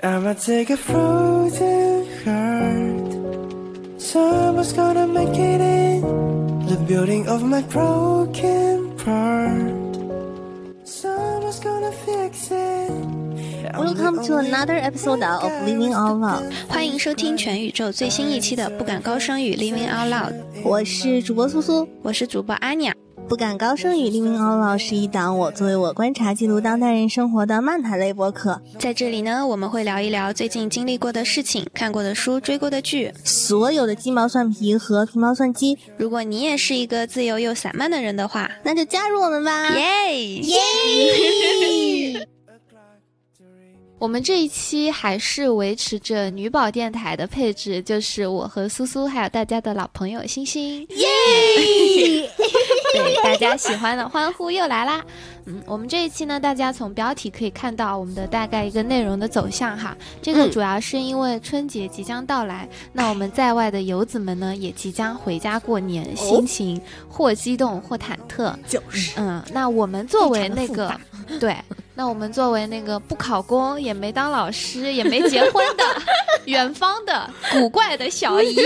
I'ma take a frozen heart. Someone's gonna make it in the building of my broken part. Someone's gonna fix it.Welcome to another episode of Living Out Loud. 欢迎收听全宇宙最新一期的不敢高声语 Living Out Loud。 我是主播苏苏， 我是主播阿鸟。 不敢高声语 Living Out Loud 是一档我作为我观察记录当代人生活的漫谈类播客。 在这里呢，我们会聊一聊最近经历过的事情、看过的书、追过的剧， 所有的鸡毛蒜皮和皮毛蒜鸡。 如果你也是一个自由又散漫的人的话， 那就加入我们吧！ 耶！ 我们这一期还是维持着女宝电台的配置，就是我和苏苏还有大家的老朋友星星。 耶！ 对，大家喜欢的欢呼又来啦。我们这一期呢，大家从标题可以看到我们的大概一个内容的走向哈。这个主要是因为春节即将到来，那我们在外的游子们呢，也即将回家过年，心情或激动或忐忑。那我们作为那个对。那我们作为那个不考公也没当老师也没结婚的远方的古怪的小姨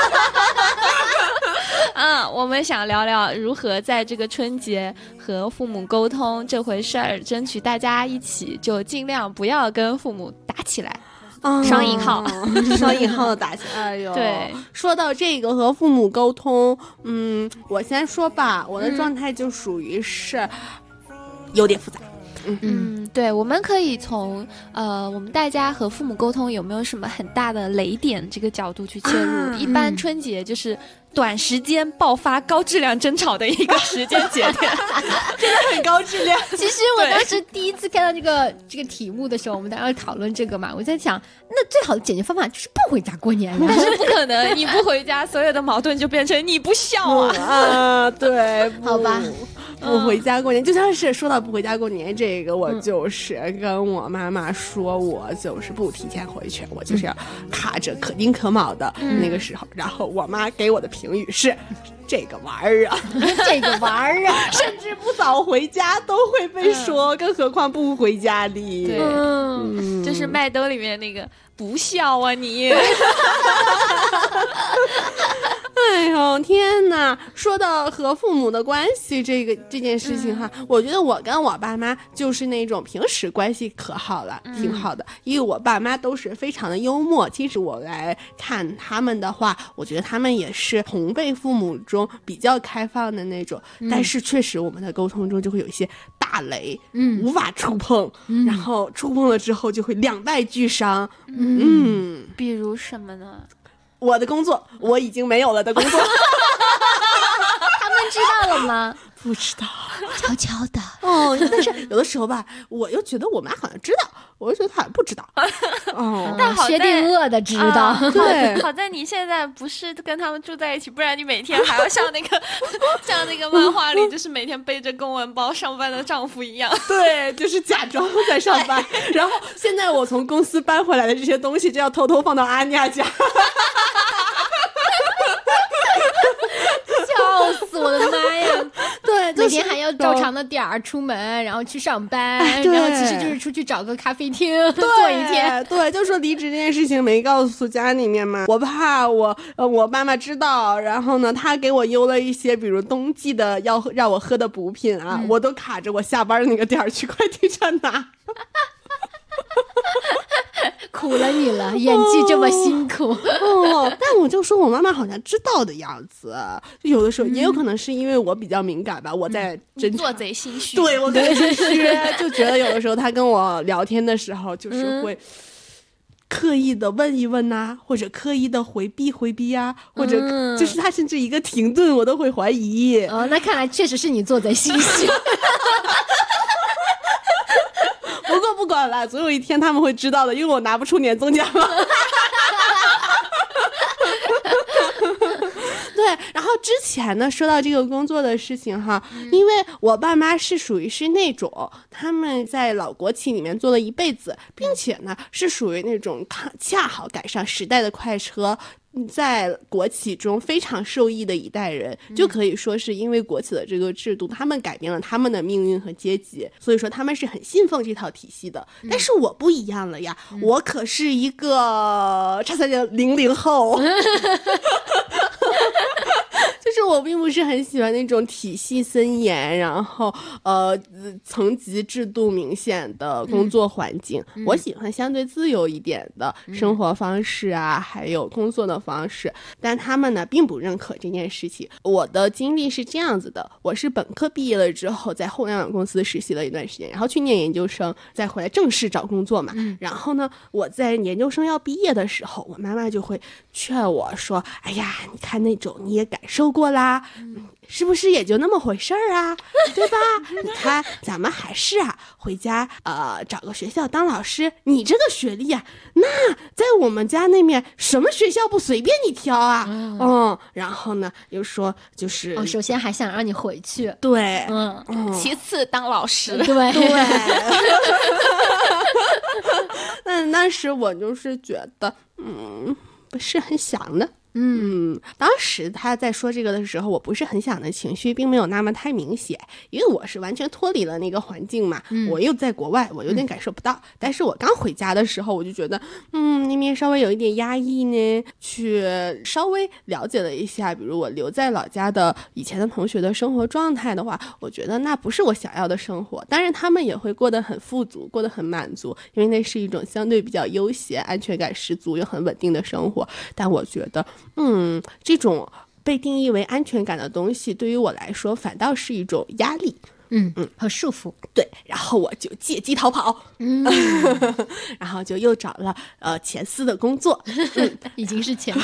我们想聊聊如何在这个春节和父母沟通这回事儿，争取大家一起就尽量不要跟父母打起来。双引号的打起来。哎呦， 对， 说到这个和父母沟通，我先说吧，我的状态就属于是有点复杂。 对，我们可以从我们大家和父母沟通有没有什么很大的雷点这个角度去切入。一般春节就是短时间爆发高质量争吵的一个时间节点真的很高质量。 其实我当时第一次看到这个题目的时候，我们大家讨论这个嘛，我在想，那最好的解决方法就是不回家过年呀。 但是不可能，你不回家，所有的矛盾就变成你不孝啊。 对， 好吧。 不回家过年，就像是说到不回家过年这个，我就是跟我妈妈说，我就是不提前回去，我就是要卡着可丁可卯的那个时候。然后我妈给我的评语是：这个玩意儿啊， 这个玩意儿啊， 甚至不早回家都会被说，更何况不回家里。 对，就是麦兜里面那个不孝啊你。 哎呦天哪！说到和父母的关系这件事情哈，我觉得我跟我爸妈就是那种平时关系可好了，挺好的。因为我爸妈都是非常的幽默。其实我来看他们的话，我觉得他们也是同辈父母中比较开放的那种。但是确实我们的沟通中就会有一些大雷，无法触碰，然后触碰了之后就会两败俱伤。 比如什么呢？ 我的工作，我已经没有了的工作。 他们知道了吗？ 不知道， 悄悄的。 但是有的时候吧，我又觉得我妈好像知道，我又觉得她好像不知道。 但好在薛定谔的知道。 对， 好在你现在不是跟他们住在一起，不然你每天还要像那个像那个漫画里，就是每天背着公文包上班的丈夫一样。 对，就是假装在上班。然后现在我从公司搬回来的这些东西，就要偷偷放到阿尼亚家。 笑死我的妈呀！ 对， 每天还要照常的点儿出门，然后去上班，然后其实就是出去找个咖啡厅坐一天。 对，就说离职这件事情没告诉家里面嘛，我怕我妈妈知道，然后呢，她给我邮了一些比如冬季的要让我喝的补品啊，我都卡着我下班的那个点儿去快递站拿。 苦了你了，演技这么辛苦。 但我就说我妈妈好像知道的样子，就有的时候也有可能是因为我比较敏感吧，我在做贼心虚。 对，我贼心虚，就觉得有的时候她跟我聊天的时候，就是会刻意的问一问呐，或者刻意的回避呀，或者就是她甚至一个停顿我都会怀疑。 那看来确实是你做贼心虚。 不过不管了，总有一天他们会知道的，因为我拿不出年终奖了。对，然后之前呢，说到这个工作的事情哈，因为我爸妈是属于是那种他们在老国企里面做了一辈子，并且呢是属于那种恰好赶上时代的快车， 在国企中非常受益的一代人，就可以说是因为国企的这个制度，他们改变了他们的命运和阶级，所以说他们是很信奉这套体系的。但是我不一样了呀，我可是一个00后。就是我并不是很喜欢那种体系森严，然后层级制度明显的工作环境，我喜欢相对自由一点的生活方式啊，还有工作的方式，但他们呢并不认可这件事情。我的经历是这样子的，我是本科毕业了之后在互联网公司实习了一段时间，然后去念研究生，再回来正式找工作嘛。然后呢，我在研究生要毕业的时候，我妈妈就会劝我说，哎呀，你看那种你也感受过啦，是不是也就那么回事儿啊，对吧？你看咱们还是回家找个学校当老师，你这个学历啊，那在我们家那面什么学校不随便你挑啊。然后呢又说就是首先还想让你回去， 对， 其次当老师， 对。 但当时我就是觉得不是很想的。当时他在说这个的时候，我不是很想的情绪并没有那么太明显，因为我是完全脱离了那个环境嘛，我又在国外，我有点感受不到。但是我刚回家的时候，我就觉得那边稍微有一点压抑呢，去稍微了解了一下，比如我留在老家的以前的同学的生活状态的话，我觉得那不是我想要的生活。当然他们也会过得很富足，过得很满足，因为那是一种相对比较悠闲、安全感十足又很稳定的生活。但我觉得这种被定义为安全感的东西对于我来说反倒是一种压力， 和束缚。 对，然后我就借机逃跑，然后就又找了前司的工作， 已经是前司。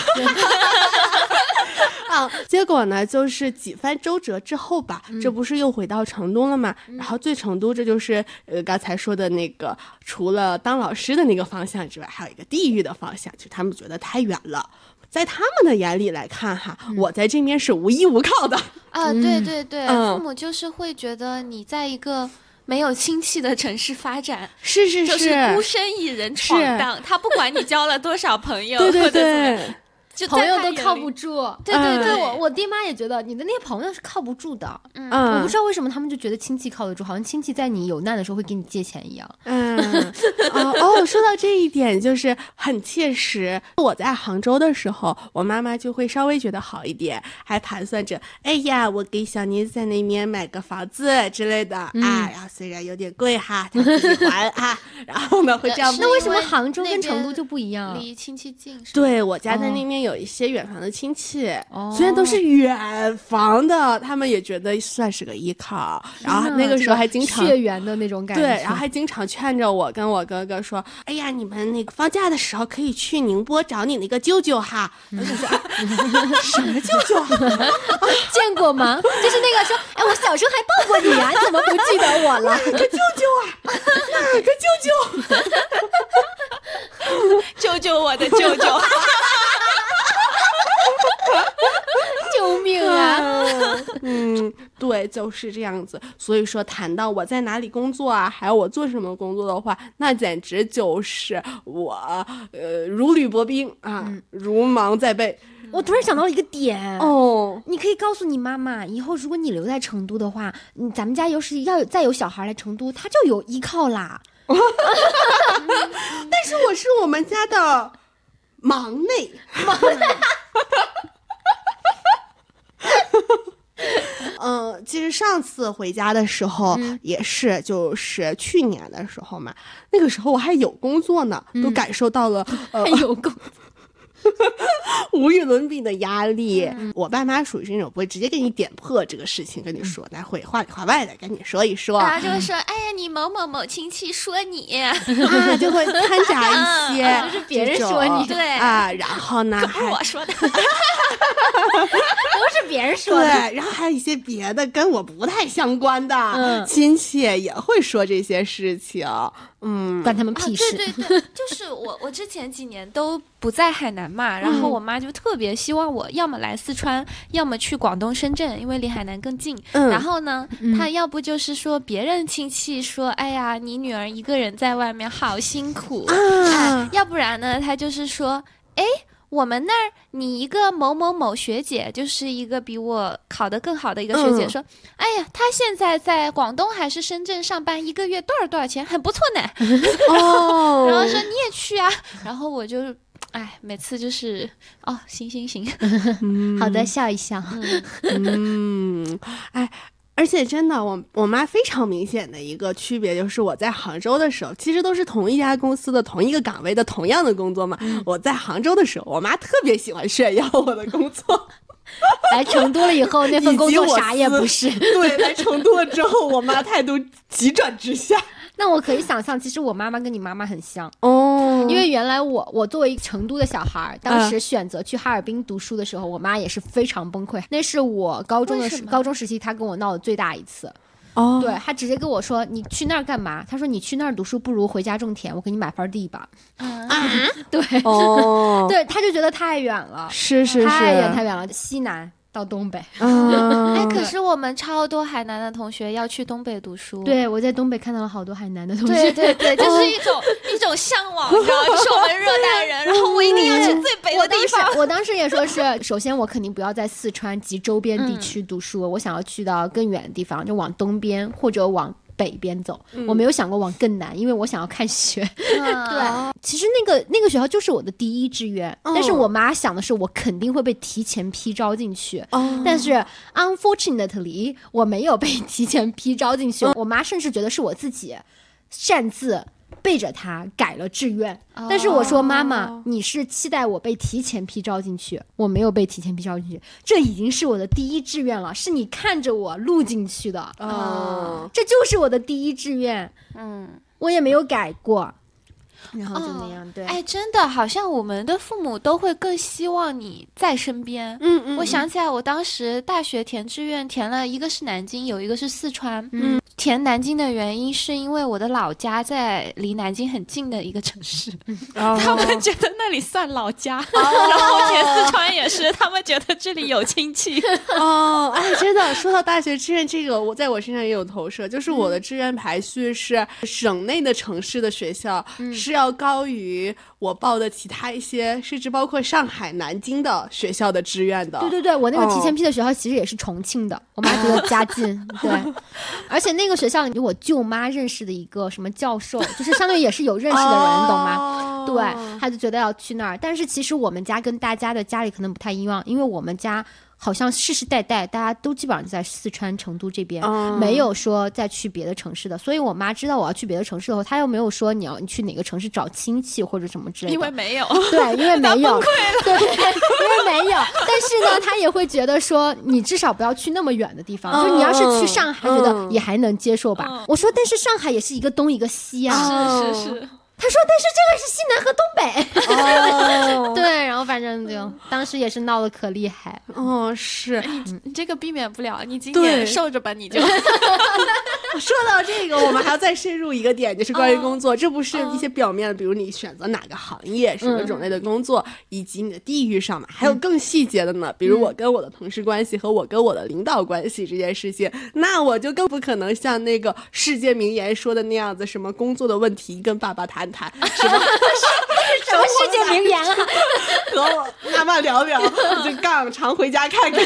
结果呢就是几番周折之后吧，这不是又回到成都了吗？然后最成都这就是刚才说的那个除了当老师的那个方向之外，还有一个地域的方向，就他们觉得太远了。在他们的眼里来看我在这边是无依无靠的对对对，父母就是会觉得你在一个没有亲戚的城市发展， 是就是孤身一人闯荡，他不管你交了多少朋友， 对对对， 就朋友都靠不住。对对对，我爹妈也觉得你的那些朋友是靠不住的。我不知道为什么他们就觉得亲戚靠得住，好像亲戚在你有难的时候会给你借钱一样。 说到这一点就是很切实。我在杭州的时候，我妈妈就会稍微觉得好一点，还盘算着，哎呀，我给小妮在那边买个房子之类的然后虽然有点贵她自己还然后呢会这样。 那为什么杭州跟成都就不一样？ 离亲戚近是吧？ 对，我家在那边有一些远房的亲戚，虽然都是远房的，他们也觉得算是个依靠。然后那个时候还经常血缘的那种感觉。 对，然后还经常劝着我跟我哥哥说，哎呀，你们那个放假的时候可以去宁波找你那个舅舅哈。我就说什么舅舅见过吗？就是那个说，哎，我小时候还抱过你啊，你怎么不记得我了？ 哪个舅舅哪个舅舅救救我的舅舅救命啊！ 对，就是这样子。所以说谈到我在哪里工作还有我做什么工作的话，那简直就是我如履薄冰如芒在背。 我突然想到了一个点你可以告诉你妈妈，以后如果你留在成都的话，咱们家要是再有小孩来成都，他就有依靠啦。 但是我是我们家的忙内其实上次回家的时候也是，就是去年的时候嘛，那个时候我还有工作呢，都感受到了还有工作无与伦比的压力。我爸妈属于是那种不会直接给你点破这个事情跟你说，那会话里话外的跟你说一说， 他就会说，哎呀，你某某某亲戚说你就会掺杂一些就是别人说你对然后呢可不是我说的都是别人说的。 对，然后还有一些别的跟我不太相关的亲戚也会说这些事情。 关他们屁事。 对对对，就是我之前几年都不在海南嘛，然后我妈就特别希望我要么来四川，要么去广东深圳，因为离海南更近。然后呢，她要不就是说别人亲戚说，哎呀，你女儿一个人在外面好辛苦要不然呢，她就是说，哎， 我们那儿你一个某某某学姐，就是一个比我考得更好的一个学姐说，哎呀，她现在在广东还是深圳上班，一个月多少钱，很不错呢。 哦， 然后说你也去啊，然后我就每次就是行， 好的，笑一笑。 而且真的，我妈非常明显的一个区别就是，我在杭州的时候，其实都是同一家公司的同一个岗位的同样的工作嘛。我在杭州的时候，我妈特别喜欢炫耀我的工作。 来成都了以后，那份工作啥也不是。 对，来成都了之后，我妈态度急转直下。 那我可以想象，其实我妈妈跟你妈妈很像哦， 因为原来我作为一个成都的小孩，当时选择去哈尔滨读书的时候，我妈也是非常崩溃。那是我高中时期，她跟我闹的最大一次。哦，对，她直接跟我说：“你去那儿干嘛？”她说：“你去那儿读书，不如回家种田，我给你买块地吧。”对，哦，对，她就觉得太远了， 是， 太远了，西南。到东北， 可是我们超多海南的同学要去东北读书。 对，我在东北看到了好多海南的同学。 对，就是一种向往，你知道，就是我们热带人，然后我一定要去最北的地方。 我当时也说是，首先我肯定不要在四川及周边地区读书，我想要去到更远的地方，就往东边或者往北边走，我没有想过往更南，因为我想要看雪。对，其实那个学校就是我的第一志愿，但是我妈想的是我肯定会被提前批招进去，但是 unfortunately 我没有被提前批招进去，我妈甚至觉得是我自己擅自背着他改了志愿，但是我说妈妈，你是期待我被提前批招进去，我没有被提前批招进去，这已经是我的第一志愿了，是你看着我录进去的，这就是我的第一志愿，我也没有改过。然后就那样，对， 真的好像我们的父母都会更希望你在身边。我想起来，我当时大学填志愿填了一个是南京，有一个是四川。填南京的原因是因为我的老家在离南京很近的一个城市，他们觉得那里算老家。然后填四川也是，他们觉得这里有亲戚。 真的，说到大学志愿这个，我在我身上也有投射，就是我的志愿排序是省内的城市的学校是要高于我报的其他一些，甚至包括上海、南京的学校的志愿的。 对，我那个提前批的学校其实也是重庆的，我妈觉得家近。对，而且那个学校里我舅妈认识的一个什么教授，就是相当于也是有认识的人，懂吗？对，他就觉得要去那儿，但是其实我们家跟大家的家里可能不太一样，因为我们家好像世世代代大家都基本上在四川成都这边，没有说再去别的城市的，所以我妈知道我要去别的城市的时候，她又没有说你去哪个城市找亲戚或者什么之类的， 因为没有， 对，因为没有，对，因为没有，但是呢她也会觉得说你至少不要去那么远的地方，就你要是去上海觉得也还能接受吧，我说但是上海也是一个东一个西啊， 是他说但是这个是西南和东北。对，然后反正就当时也是闹得可厉害。 是你这个避免不了，你今年受着吧，你就说到这个我们还要再深入一个点，就是关于工作，这不是一些表面的，比如你选择哪个行业什么种类的工作，以及你的地域上嘛，还有更细节的呢，比如我跟我的同事关系和我跟我的领导关系这件事情，那我就更不可能像那个世界名言说的那样子，什么工作的问题跟爸爸谈谈，什么什么世界名言啊， 和我妈妈聊聊，就杠常回家看看。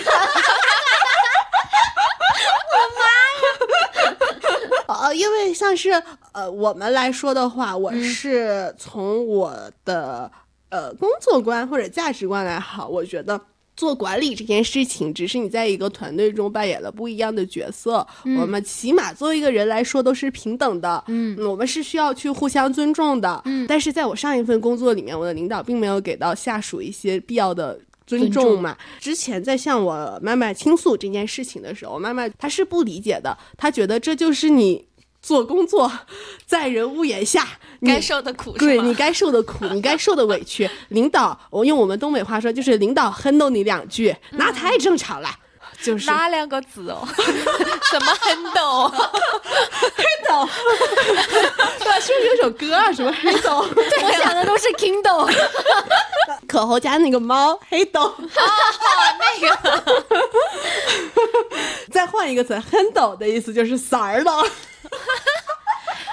因为像是我们来说的话，我是从我的工作观或者价值观来好，我觉得做管理这件事情只是你在一个团队中扮演了不一样的角色，我们起码作为一个人来说都是平等的，我们是需要去互相尊重的，但是在我上一份工作里面，我的领导并没有给到下属一些必要的尊重嘛。之前在向我妈妈倾诉这件事情的时候，我妈妈她是不理解的，她觉得这就是你做工作在人屋檐下该受的苦， 对，你该受的苦，你该受的委屈。领导，我用我们东北话说，就是领导哼逗你两句，那太正常了。就是哪两个字哦？什么哼逗？ 哼逗，对吧？是不是有首歌啊？什么哼逗？ 对，我想的都是 Kindle， 可猴家那个猫黑豆。 那个。 再换一个词，哼逗的意思就是色儿的。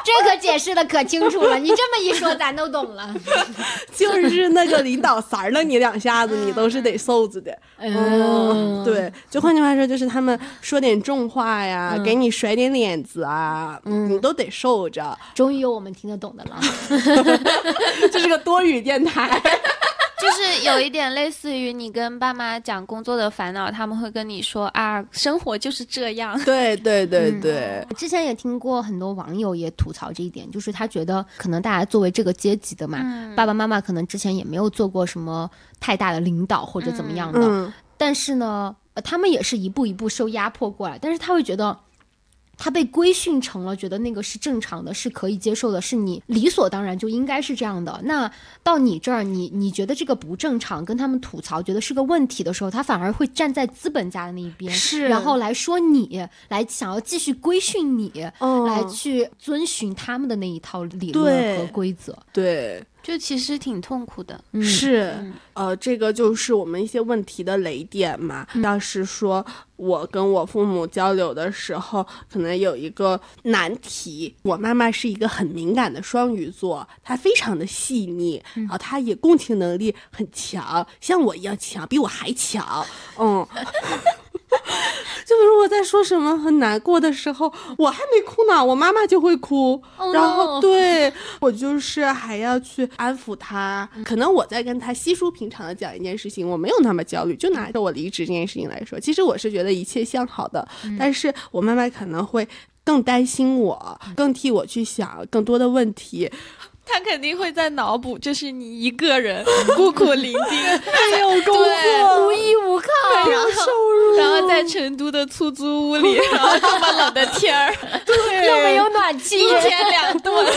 这可解释的可清楚了，你这么一说咱都懂了。 就是那个领导撒了你2下子，你都是得受着的。对，就换句话说，就是他们说点重话呀，给你甩点脸子啊，你都得受着。 终于有我们听得懂的了。 这是个多语电台。 就是有一点类似于你跟爸妈讲工作的烦恼，他们会跟你说啊，生活就是这样。 对对对对， 之前也听过很多网友也吐槽这一点，就是他觉得可能大家作为这个阶级的嘛，爸爸妈妈可能之前也没有做过什么太大的领导或者怎么样的，但是呢，他们也是一步一步受压迫过来，但是他会觉得他被规训成了觉得那个是正常的，是可以接受的，是你理所当然就应该是这样的。那到你这儿，你觉得这个不正常，跟他们吐槽觉得是个问题的时候，他反而会站在资本家的那一边， 是， 然后来说你，来想要继续规训你，来去遵循他们的那一套理论和规则。 对， 就其实挺痛苦的。 是，这个就是我们一些问题的雷点嘛。要是说我跟我父母交流的时候，可能有一个难题，我妈妈是一个很敏感的双鱼座，她非常的细腻，然后她也共情能力很强，像我一样强，比我还强。就比如我在说什么很难过的时候，我还没哭呢，我妈妈就会哭，然后对我就是还要去安抚她。可能我在跟她稀疏平常的讲一件事情，我没有那么焦虑。就拿着我离职这件事情来说，其实我是觉得一切向好的，但是我妈妈可能会更担心我，更替我去想更多的问题。 他肯定会在脑补，就是你一个人孤苦伶仃， 没有工作， 无依无靠， 没有收入， 然后在成都的出租屋里，然后这么冷的天儿， 对， 又没有暖气， 一天2顿。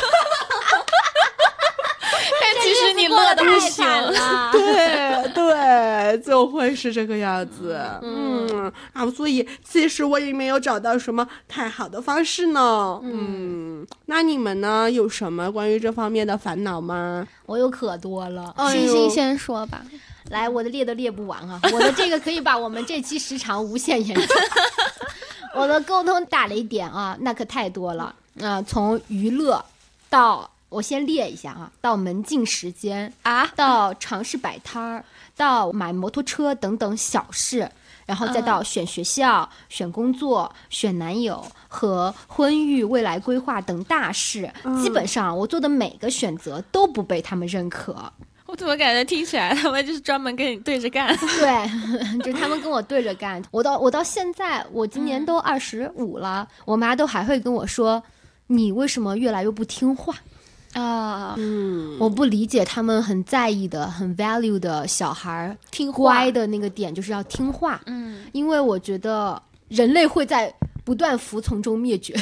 但其实你乐得不行了。 对对，就会是这个样子。所以其实我也没有找到什么太好的方式呢。那你们呢？有什么关于这方面的烦恼吗？ 我有可多了。 星星先说吧。 来，我的列都列不完啊！我的这个可以把我们这期时长无限延长。我的沟通打雷点啊，那可太多了。从娱乐到我先列一下啊，到门禁时间啊，到尝试摆摊儿，到买摩托车等等小事，然后再到选学校、选工作、选男友和婚育、未来规划等大事，基本上我做的每个选择都不被他们认可。 我怎么感觉听起来他们就是专门跟你对着干？ 对，就是他们跟我对着干。我到现在，我今年都25了，我妈都还会跟我说，你为什么越来越不听话啊？我不理解他们很在意的、很 value 的小孩听乖的那个点，就是要听话。因为我觉得人类会在不断服从中灭绝。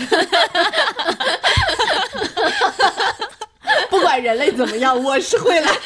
不管人类怎么样，我是会来。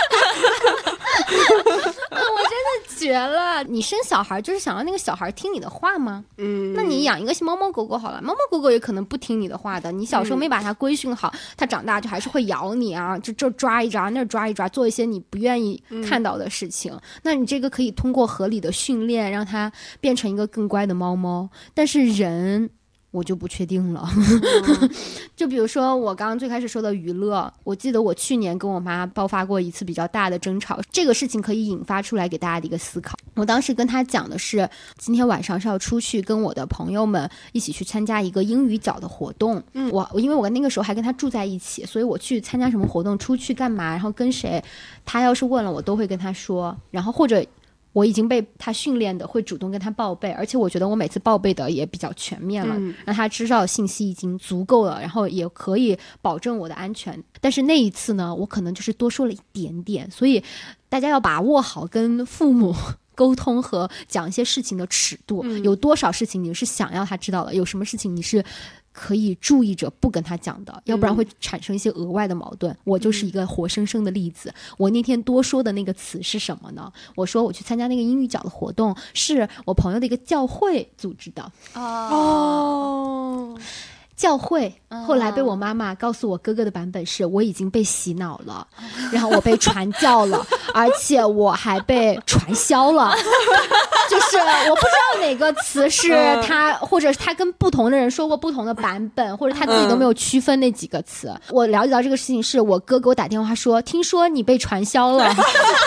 我真的绝了！你生小孩就是想让那个小孩听你的话吗？那你养一个猫猫狗狗好了，猫猫狗狗也可能不听你的话的。你小时候没把它规训好，它长大就还是会咬你啊，这抓一抓，那抓一抓，做一些你不愿意看到的事情。那你这个可以通过合理的训练，让它变成一个更乖的猫猫。但是人，我就不确定了。就比如说我刚刚最开始说的娱乐，我记得我去年跟我妈爆发过一次比较大的争吵，这个事情可以引发出来给大家的一个思考。我当时跟她讲的是，今天晚上是要出去跟我的朋友们一起去参加一个英语角的活动。因为我那个时候还跟她住在一起，所以我去参加什么活动，出去干嘛，然后跟谁，她要是问了我都会跟她说，然后或者我已经被他训练的会主动跟他报备，而且我觉得我每次报备的也比较全面了，让他知道的信息已经足够了，然后也可以保证我的安全。但是那一次呢，我可能就是多说了一点点，所以大家要把握好跟父母沟通和讲一些事情的尺度，有多少事情你是想要他知道的，有什么事情你是可以注意着不跟他讲的，要不然会产生一些额外的矛盾。我就是一个活生生的例子。我那天多说的那个词是什么呢？我说我去参加那个英语角的活动，是我朋友的一个教会组织的。 教会后来被我妈妈告诉我哥哥的版本是我已经被洗脑了，然后我被传教了，而且我还被传销了。就是我不知道哪个词是他，或者是他跟不同的人说过不同的版本，或者他自己都没有区分那几个词。我了解到这个事情是我哥给我打电话说，听说你被传销了。你们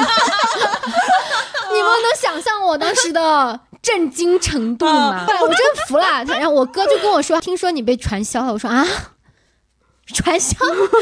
能想象我当时的震惊程度吗？我真服了。然后我哥就跟我说，听说你被传销了。我说啊，传销？我真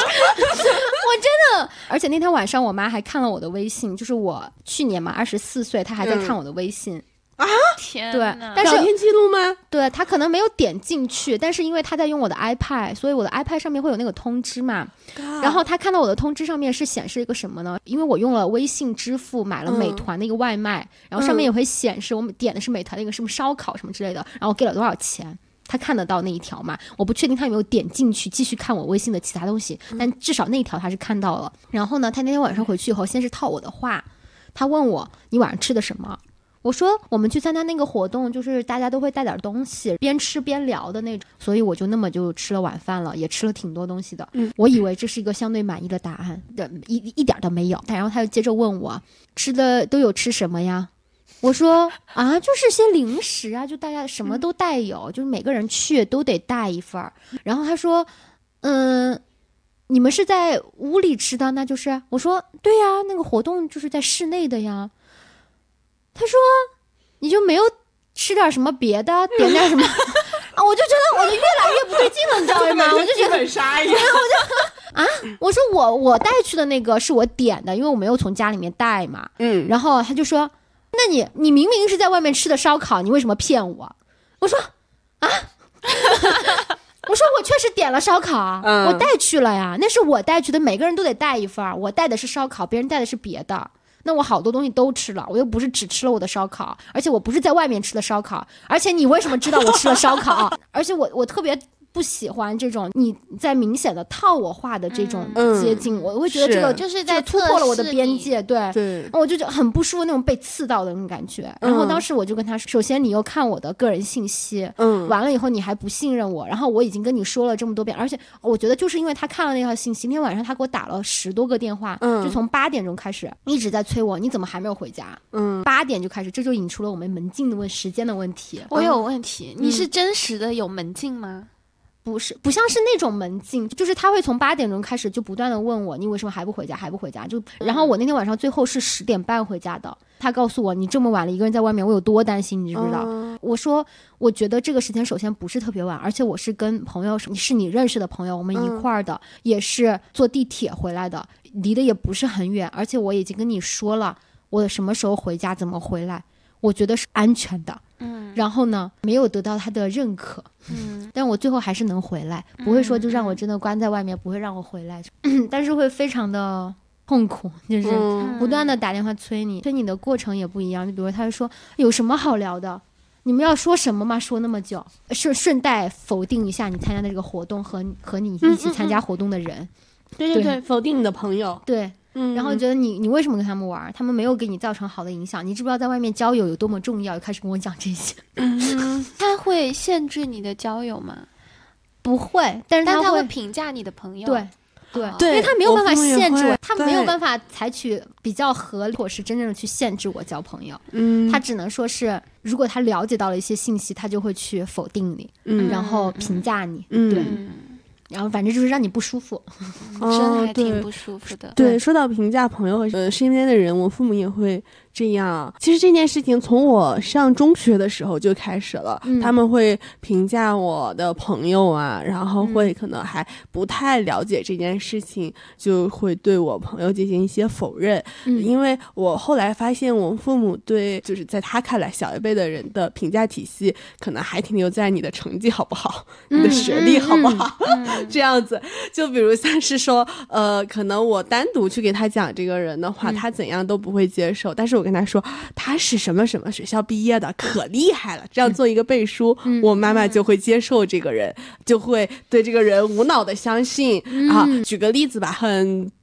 的。而且那天晚上我妈还看了我的微信，就是我去年嘛24岁，她还在看我的微信。 啊， 天对，但是聊天记录吗？ 对，他可能没有点进去，但是因为他在用我的 iPad， 所以我的 iPad 上面会有那个通知嘛。然后他看到我的通知上面是显示一个什么呢？因为我用了微信支付买了美团的一个外卖，然后上面也会显示我们点的是美团的一个什么烧烤什么之类的，然后我给了多少钱。他看得到那一条嘛？我不确定他有没有点进去继续看我微信的其他东西，但至少那一条他是看到了。然后呢，他那天晚上回去以后，先是套我的话，他问我你晚上吃的什么？我说我们去参加那个活动，就是大家都会带点东西，边吃边聊的那种，所以我就那么就吃了晚饭了，也吃了挺多东西的。我以为这是一个相对满意的答案，一点都没有。然后他就接着问我吃的都有吃什么呀？我说啊，就是些零食啊，就大家什么都带有，就是每个人去都得带一份儿。然后他说，你们是在屋里吃的？那就是。我说对呀，那个活动就是在室内的呀。他说你就没有吃点什么别的，点点什么啊？我就觉得我就越来越不对劲了，你知道吗？我就觉得本杀一样。 我说我带去的那个是我点的，因为我没有从家里面带嘛。然后他就说，那你明明是在外面吃的烧烤，你为什么骗我？我说啊，我说我确实点了烧烤啊，我带去了呀，那是我带去的，每个人都得带一份，我带的是烧烤，别人带的是别的。那我好多东西都吃了，我又不是只吃了我的烧烤，而且我不是在外面吃的烧烤，而且你为什么知道我吃了烧烤？而且我特别不喜欢这种你在明显的套我话的这种接近，我会觉得这个就是在突破了我的边界，对，我就觉得很不舒服，那种被刺到的那种感觉。然后当时我就跟他说，首先你又看我的个人信息，完了以后你还不信任我，然后我已经跟你说了这么多遍，而且我觉得就是因为他看了那条信息，那天晚上他给我打了10多个电话，就从8点钟开始一直在催我，你怎么还没有回家？8点就开始，这就引出了我们门禁的时间的问题。 我有问题，你是真实的有门禁吗？ 不是，不像是那种门禁，就是他会从8点钟开始就不断的问我，你为什么还不回家，还不回家？就然后我那天晚上最后是10点半回家的。他告诉我，你这么晚了一个人在外面，我有多担心，你知不知道？我说我觉得这个时间首先不是特别晚，而且我是跟朋友，是你认识的朋友，我们一块儿的，也是坐地铁回来的，离得也不是很远，而且我已经跟你说了我什么时候回家，怎么回来，我觉得是安全的。然后呢，没有得到他的认可，但我最后还是能回来，不会说就让我真的关在外面，不会让我回来，但是会非常的痛苦，就是不断的打电话催你的过程也不一样。就比如他就说有什么好聊的，你们要说什么吗？说那么久，顺带否定一下你参加的这个活动和你一起参加活动的人， 对，否定你的朋友， 对。然后觉得你为什么跟他们玩？他们没有给你造成好的影响，你知不知道在外面交友有多么重要？就开始跟我讲这些。 他会限制你的交友吗？ 不会，但是他会评价你的朋友。 对，因为他没有办法限制我，他没有办法采取比较合理或是真正的去限制我交朋友。他只能说是，如果他了解到了一些信息，他就会去否定你，然后评价你。对。然后反正就是让你不舒服， 真的还挺不舒服的。 对，说到评价朋友和身边的人，我父母也会这样。其实这件事情从我上中学的时候就开始了，他们会评价我的朋友啊，然后会可能还不太了解这件事情，就会对我朋友进行一些否认。因为我后来发现我父母对就是在他看来小一辈的人的评价体系可能还停留在你的成绩好不好，你的学历好不好，这样子。就比如像是说可能我单独去给他讲这个人的话，他怎样都不会接受，但是我跟他说他是什么什么学校毕业的，可厉害了，这样做一个背书，我妈妈就会接受这个人，就会对这个人无脑的相信。举个例子吧，很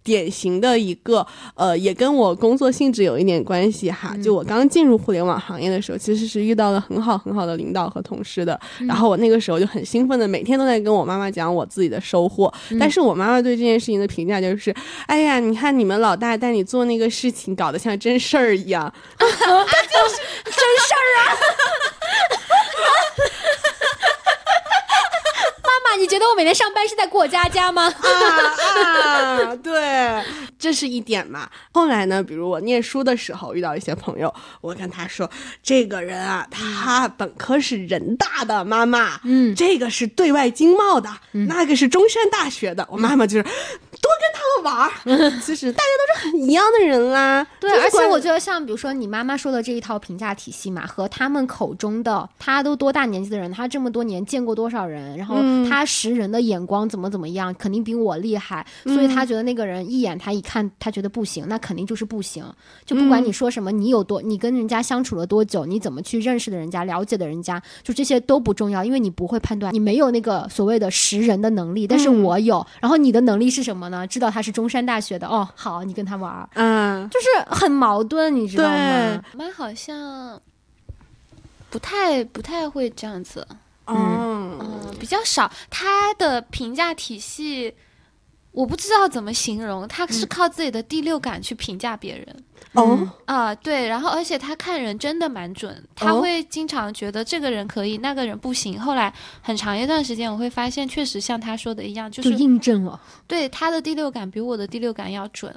典型的一个也跟我工作性质有一点关系哈。就我刚进入互联网行业的时候，其实是遇到了很好的领导和同事的，然后我那个时候就很兴奋的每天都在跟我妈妈讲我自己的收获，但是我妈妈对这件事情的评价就是，哎呀，你看你们老大带你做那个事情搞得像真事儿一样，这就是真事儿啊。 妈妈，你觉得我每天上班是在过家家吗？ 对，这是一点嘛。后来呢，比如我念书的时候遇到一些朋友，我跟他说，这个人啊，他本科是人大的，妈妈，这个是对外经贸的，那个是中山大学的，我妈妈就是多跟他们玩，其实大家都是很一样的人啦。 对，而且我觉得像比如说你妈妈说的这一套评价体系嘛，和他们口中的他都多大年纪的人，他这么多年见过多少人，然后他识人的眼光怎么样，肯定比我厉害，所以他觉得那个人一眼他一看他觉得不行，那肯定就是不行。就不管你说什么，你跟人家相处了多久，你怎么去认识的人家，了解的人家，就这些都不重要，因为你不会判断，你没有那个所谓的识人的能力，但是我有。然后你的能力是什么呢？知道他是中山大学的，哦，好，你跟他玩，就是很矛盾，你知道吗？ 我妈好像不太会这样子，比较少。她的评价体系我不知道怎么形容，她是靠自己的第六感去评价别人。对，然后而且她看人真的蛮准，她会经常觉得这个人可以，那个人不行。后来很长一段时间，我会发现确实像她说的一样，就印证了。 对，她的第六感比我的第六感要准。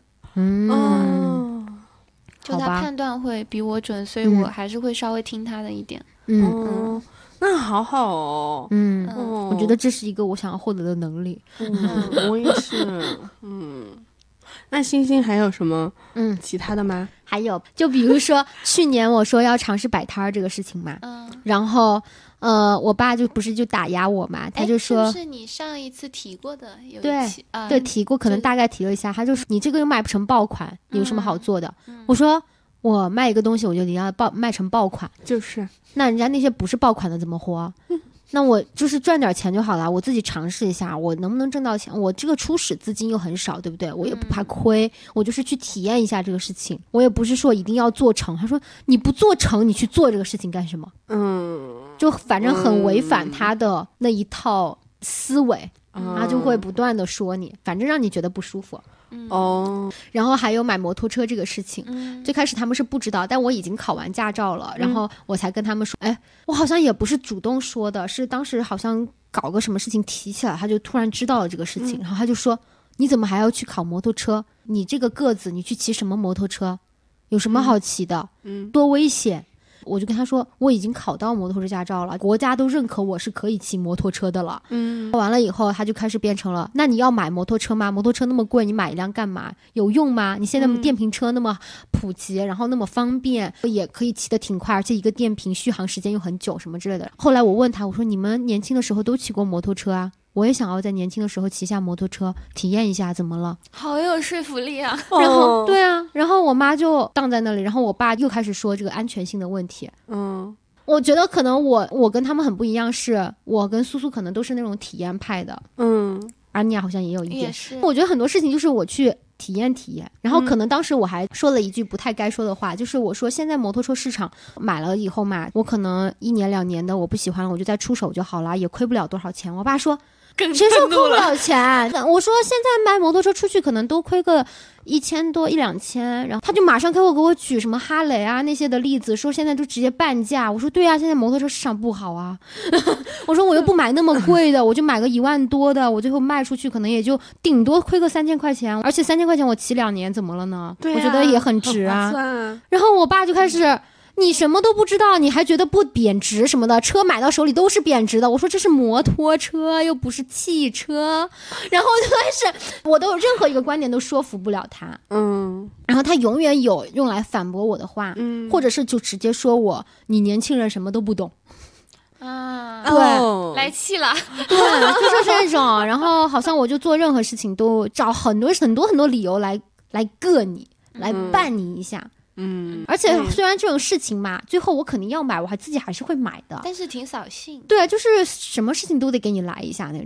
就她判断会比我准，所以我还是会稍微听她的一点。 那好好哦。 我觉得这是一个我想要获得的能力。 我也是。那星星还有什么其他的吗？ 还有，就比如说去年我说要尝试摆摊这个事情嘛，然后我爸就不是就打压我嘛，他就说是不是你上一次提过的有一期？ 对，提过，可能大概提了一下，他就说你这个又卖不成爆款，你有什么好做的？我说我卖一个东西我就一定要卖成爆款， 就是那人家那些不是爆款的怎么活？那我就是赚点钱就好了，我自己尝试一下，我能不能挣到钱？我这个初始资金又很少，对不对？我也不怕亏，我就是去体验一下这个事情。我也不是说一定要做成。他说你不做成，你去做这个事情干什么？就反正很违反他的那一套思维，他就会不断的说你，反正让你觉得不舒服。然后还有买摩托车这个事情，最开始他们是不知道，但我已经考完驾照了，然后我才跟他们说，我好像也不是主动说的，是当时好像搞个什么事情提起来，他就突然知道了这个事情，然后他就说你怎么还要去考摩托车？你这个个子你去骑什么摩托车？有什么好骑的？多危险！我就跟他说我已经考到摩托车驾照了，国家都认可我是可以骑摩托车的了。完了以后他就开始变成了，那你要买摩托车吗？摩托车那么贵，你买一辆干嘛？有用吗？你现在电瓶车那么普及，然后那么方便，也可以骑得挺快，而且一个电瓶续航时间又很久什么之类的。后来我问他，我说你们年轻的时候都骑过摩托车啊？我也想要在年轻的时候骑下摩托车体验一下，怎么了？ 好有说服力啊。 然后对啊，然后我妈就荡在那里，然后我爸又开始说这个安全性的问题。我觉得可能我跟他们很不一样，是我跟苏苏可能都是那种体验派的，而你好像也有一点。我觉得很多事情就是我去体验，然后可能当时我还说了一句不太该说的话，就是我说现在摩托车市场买了以后嘛，我可能1年2年的我不喜欢了，我就再出手就好了，也亏不了多少钱。我爸说谁说亏不了钱？我说现在卖摩托车出去可能都亏个1000多1、2千，然后他就马上给我举什么哈雷啊那些的例子，说现在就直接半价。我说对啊，现在摩托车市场不好啊。我说我又不买那么贵的，我就买个1万多的，我最后卖出去可能也就顶多亏个3000块钱，而且3000块钱我骑2年怎么了呢？我觉得也很值啊。然后我爸就开始。你什么都不知道，你还觉得不贬值什么的，车买到手里都是贬值的。我说这是摩托车，又不是汽车。然后就开始，我都任何一个观点都说服不了他。然后他永远有用来反驳我的话，或者是就直接说你年轻人什么都不懂。对， 来气了。 对，就是这种。然后好像我就做任何事情都找很多理由来硌你，来绊你一下。而且虽然这种事情嘛，最后我肯定要买，我自己还是会买的， 但是挺扫兴。 对，就是什么事情都得给你来一下那种。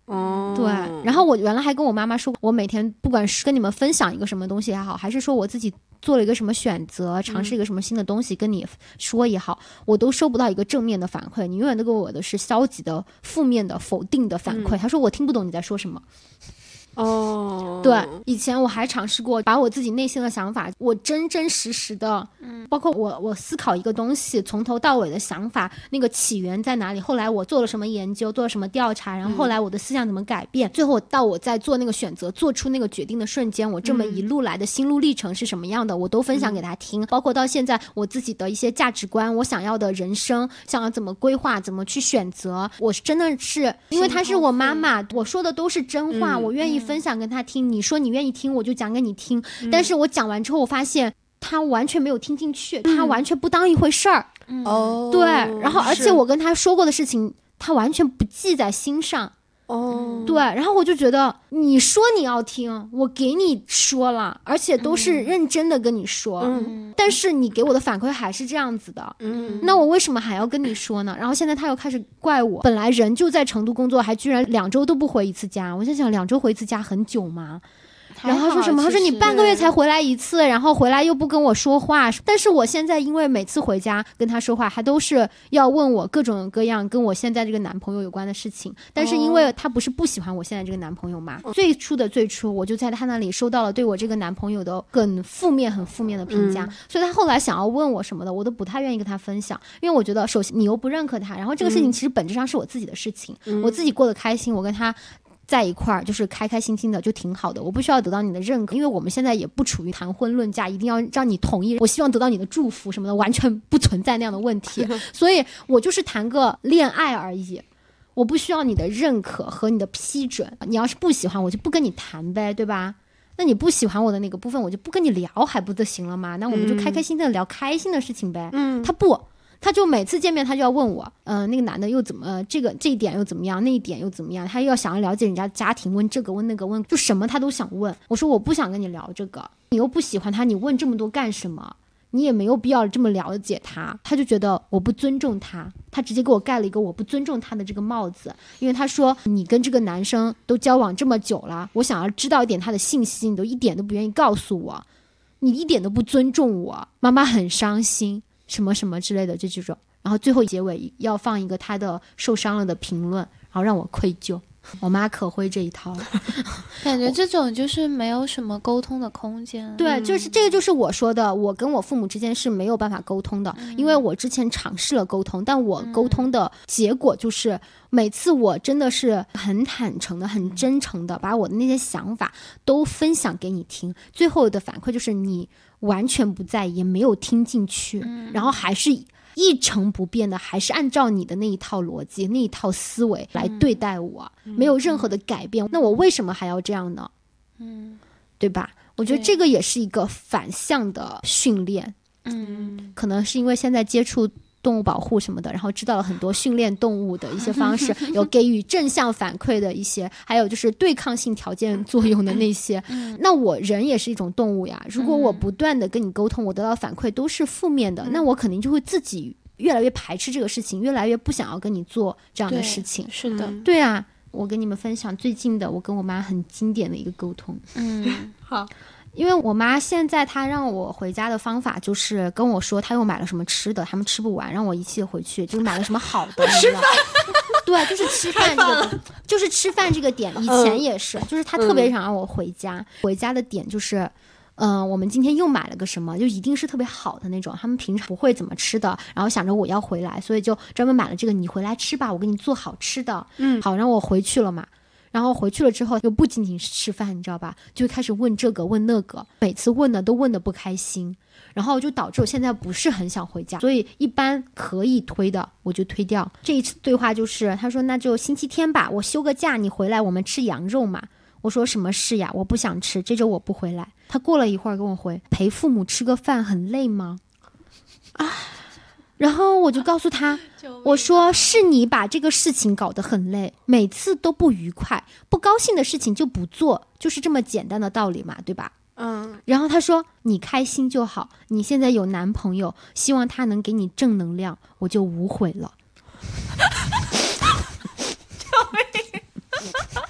对，然后我原来还跟我妈妈说，我每天不管是跟你们分享一个什么东西也好，还是说我自己做了一个什么选择，尝试一个什么新的东西跟你说也好，我都收不到一个正面的反馈，你永远都给我的是消极的、负面的、否定的反馈。他说我听不懂你在说什么。对，以前我还尝试过把我自己内心的想法，我真真实实的，包括我思考一个东西从头到尾的想法，那个起源在哪里，后来我做了什么研究，做了什么调查，然后后来我的思想怎么改变，最后到我在做那个选择，做出那个决定的瞬间，我这么一路来的心路历程是什么样的，我都分享给他听，包括到现在我自己的一些价值观，我想要的人生，想要怎么规划，怎么去选择，我真的是因为她是我妈妈，我说的都是真话，我愿意分享跟她听，你说你愿意听我就讲给你听，但是我讲完之后我发现她完全没有听进去，她完全不当一回事儿。对，然后而且我跟她说过的事情她完全不记在心上。对，然后我就觉得你说你要听，我给你说了，而且都是认真的跟你说，但是你给我的反馈还是这样子的，那我为什么还要跟你说呢？然后现在他又开始怪我，本来人就在成都工作，还居然2周都不回一次家，我在想2周回一次家很久吗？然后他说什么？他说你半个月才回来一次，然后回来又不跟我说话。但是我现在因为每次回家跟他说话，还都是要问我各种各样跟我现在这个男朋友有关的事情。但是因为他不是不喜欢我现在这个男朋友嘛，最初我就在他那里收到了对我这个男朋友的很负面的评价，所以他后来想要问我什么的，我都不太愿意跟他分享，因为我觉得首先你又不认可他，然后这个事情其实本质上是我自己的事情，我自己过得开心，我跟他在一块儿就是开开心心的就挺好的，我不需要得到你的认可，因为我们现在也不处于谈婚论嫁一定要让你同意，我希望得到你的祝福什么的，完全不存在那样的问题所以我就是谈个恋爱而已，我不需要你的认可和你的批准，你要是不喜欢我就不跟你谈呗，对吧？那你不喜欢我的那个部分我就不跟你聊还不就行了吗？那我们就开开心心的聊开心的事情呗。他就每次见面他就要问我那个男的又怎么这一点又怎么样，那一点又怎么样，他又要想要了解人家家庭，问这个问那个问，就什么他都想问。我说我不想跟你聊这个，你又不喜欢他，你问这么多干什么？你也没有必要这么了解他。他就觉得我不尊重他，他直接给我盖了一个我不尊重他的这个帽子，因为他说你跟这个男生都交往这么久了，我想要知道一点他的信息，你都一点都不愿意告诉我，你一点都不尊重我，妈妈很伤心什么什么之类的这种。然后最后结尾要放一个他的受伤了的评论，然后让我愧疚。我妈可会这一套了感觉这种就是没有什么沟通的空间。 对，就是这个就是我说的，我跟我父母之间是没有办法沟通的，因为我之前尝试了沟通，但我沟通的结果就是每次我真的是很坦诚的很真诚的把我的那些想法都分享给你听，最后的反馈就是你完全不在意，也没有听进去，然后还是一成不变的还是按照你的那一套逻辑那一套思维来对待我，没有任何的改变，那我为什么还要这样呢？对吧？我觉得这个也是一个反向的训练。可能是因为现在接触动物保护什么的，然后知道了很多训练动物的一些方式有给予正向反馈的一些，还有就是对抗性条件作用的那些那我人也是一种动物呀，如果我不断的跟你沟通，我得到反馈都是负面的那我肯定就会自己越来越排斥这个事情，越来越不想要跟你做这样的事情。 是的， 对啊，我跟你们分享最近的我跟我妈很经典的一个沟通。 好， 因为我妈现在她让我回家的方法就是跟我说她又买了什么吃的，他们吃不完，让我一起回去，就是买了什么好的吃饭对，就是吃饭这个就是吃饭这个点以前也是就是她特别想让我回家回家的点就是我们今天又买了个什么，就一定是特别好的那种，他们平常不会怎么吃的，然后想着我要回来，所以就专门买了这个，你回来吃吧，我给你做好吃的。好，让我回去了嘛。然后回去了之后又不仅仅是吃饭，你知道吧，就开始问这个问那个，每次问的都问的不开心，然后就导致我现在不是很想回家，所以一般可以推的我就推掉。这一次对话就是他说那就星期天吧，我休个假你回来我们吃羊肉嘛。我说什么事呀，我不想吃，这周我不回来。他过了一会儿跟我回，陪父母吃个饭很累吗？然后我就告诉他，我说是你把这个事情搞得很累，每次都不愉快，不高兴的事情就不做，就是这么简单的道理嘛，对吧？然后他说你开心就好，你现在有男朋友，希望他能给你正能量，我就无悔了。救命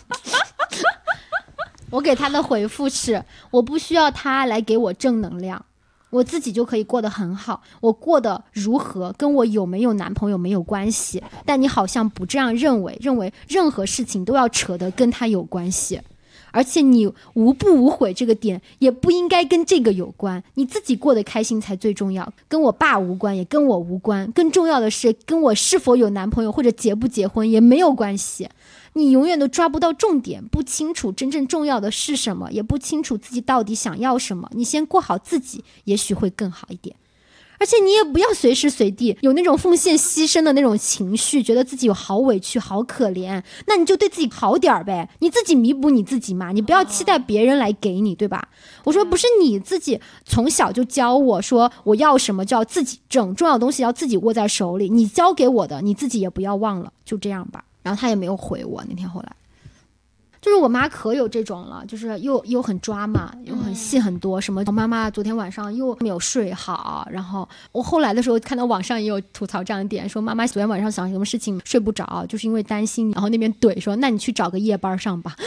我给他的回复是，我不需要他来给我正能量，我自己就可以过得很好，我过得如何跟我有没有男朋友没有关系，但你好像不这样认为任何事情都要扯得跟他有关系，而且你无不无悔这个点也不应该跟这个有关，你自己过得开心才最重要，跟我爸无关也跟我无关，更重要的是跟我是否有男朋友或者结不结婚也没有关系，你永远都抓不到重点，不清楚真正重要的是什么，也不清楚自己到底想要什么，你先过好自己也许会更好一点。而且你也不要随时随地有那种奉献牺牲的那种情绪，觉得自己有好委屈好可怜，那你就对自己好点呗，你自己弥补你自己嘛，你不要期待别人来给你，对吧？我说不是你自己从小就教我说我要什么就要自己挣，重要的东西要自己握在手里，你教给我的你自己也不要忘了，就这样吧。然后他也没有回我，那天后来就是我妈可有这种了，就是又很抓嘛，又很细很多，什么妈妈昨天晚上又没有睡好，然后我后来的时候看到网上也有吐槽这样的点，说妈妈昨天晚上想什么事情睡不着，就是因为担心，然后那边怼说那你去找个夜班上吧。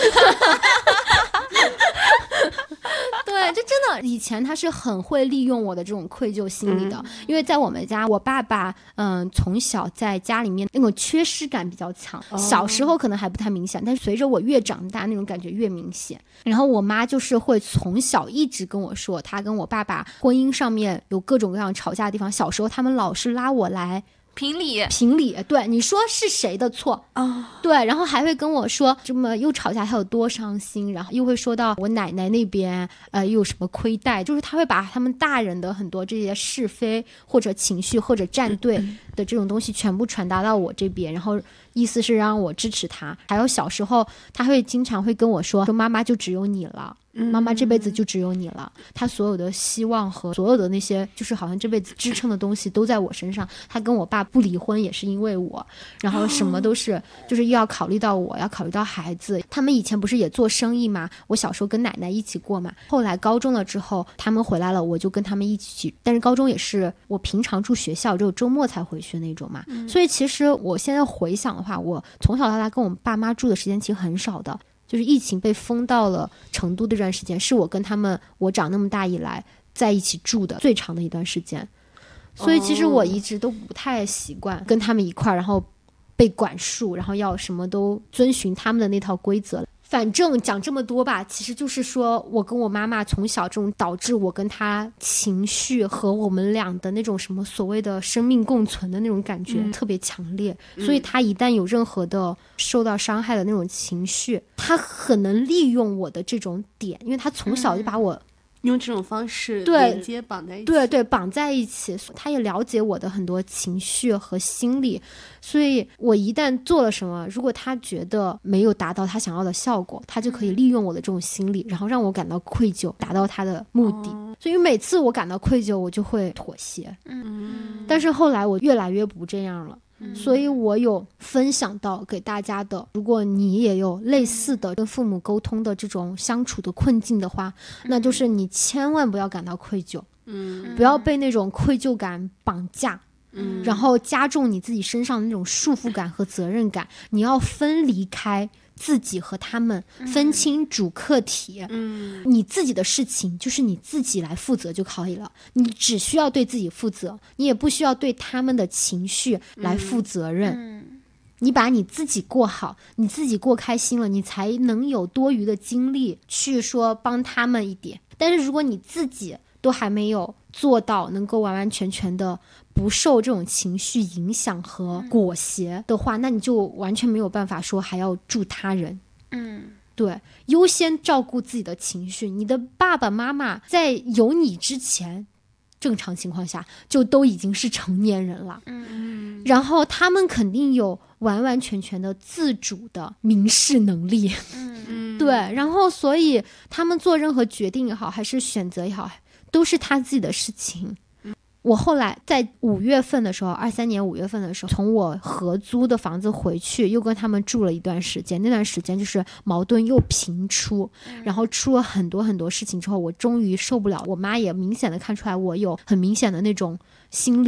对，这真的以前他是很会利用我的这种愧疚心理的，因为在我们家我爸爸从小在家里面那种缺失感比较强，小时候可能还不太明显，但是随着我越长大那种感觉越明显。然后我妈就是会从小一直跟我说她跟我爸爸婚姻上面有各种各样吵架的地方，小时候他们老是拉我来评理，对，你说是谁的错对，然后还会跟我说这么又吵架他有多伤心，然后又会说到我奶奶那边又有什么亏待，就是他会把他们大人的很多这些是非或者情绪或者站队的这种东西全部传达到我这边，然后意思是让我支持他。还有小时候他会经常会跟我说妈妈就只有你了，妈妈这辈子就只有你了，他所有的希望和所有的那些就是好像这辈子支撑的东西都在我身上，他跟我爸不离婚也是因为我，然后什么都是就是又要考虑到我，要考虑到孩子，他们以前不是也做生意嘛，我小时候跟奶奶一起过嘛，后来高中了之后他们回来了我就跟他们一起，但是高中也是我平常住学校只有周末才回去那种嘛，所以其实我现在回想的话，我从小到大跟我爸妈住的时间其实很少的，就是疫情被封到了成都的这段时间是我跟他们我长那么大以来在一起住的最长的一段时间，所以其实我一直都不太习惯跟他们一块儿然后被管束，然后要什么都遵循他们的那套规则。反正讲这么多吧，其实就是说我跟我妈妈从小这种导致我跟她情绪和我们俩的那种什么所谓的生命共存的那种感觉特别强烈，所以她一旦有任何的受到伤害的那种情绪，她很能利用我的这种点，因为她从小就把我用这种方式连接绑在一起， 对，绑在一起，他也了解我的很多情绪和心理，所以我一旦做了什么，如果他觉得没有达到他想要的效果，他就可以利用我的这种心理，然后让我感到愧疚，达到他的目的。所以每次我感到愧疚，我就会妥协。但是后来我越来越不这样了。所以我有分享到给大家的，如果你也有类似的跟父母沟通的这种相处的困境的话，那就是你千万不要感到愧疚，不要被那种愧疚感绑架，然后加重你自己身上的那种束缚感和责任感，你要分离开自己和他们，分清主客体，你自己的事情就是你自己来负责就可以了，你只需要对自己负责，你也不需要对他们的情绪来负责任，你把你自己过好，你自己过开心了，你才能有多余的精力去说帮他们一点。但是如果你自己都还没有做到能够完完全全的不受这种情绪影响和裹挟的话，那你就完全没有办法说还要助他人。对，优先照顾自己的情绪。你的爸爸妈妈在有你之前，正常情况下就都已经是成年人了，然后他们肯定有完完全全的自主的明示能力，对，然后所以他们做任何决定也好，还是选择也好，都是他自己的事情。我后来在5月份的时候，23年5月份的时候，从我合租的房子回去，又跟他们住了一段时间。那段时间就是矛盾又频出，然后出了很多很多事情之后，我终于受不了。我妈也明显的看出来我有很明显的那种心理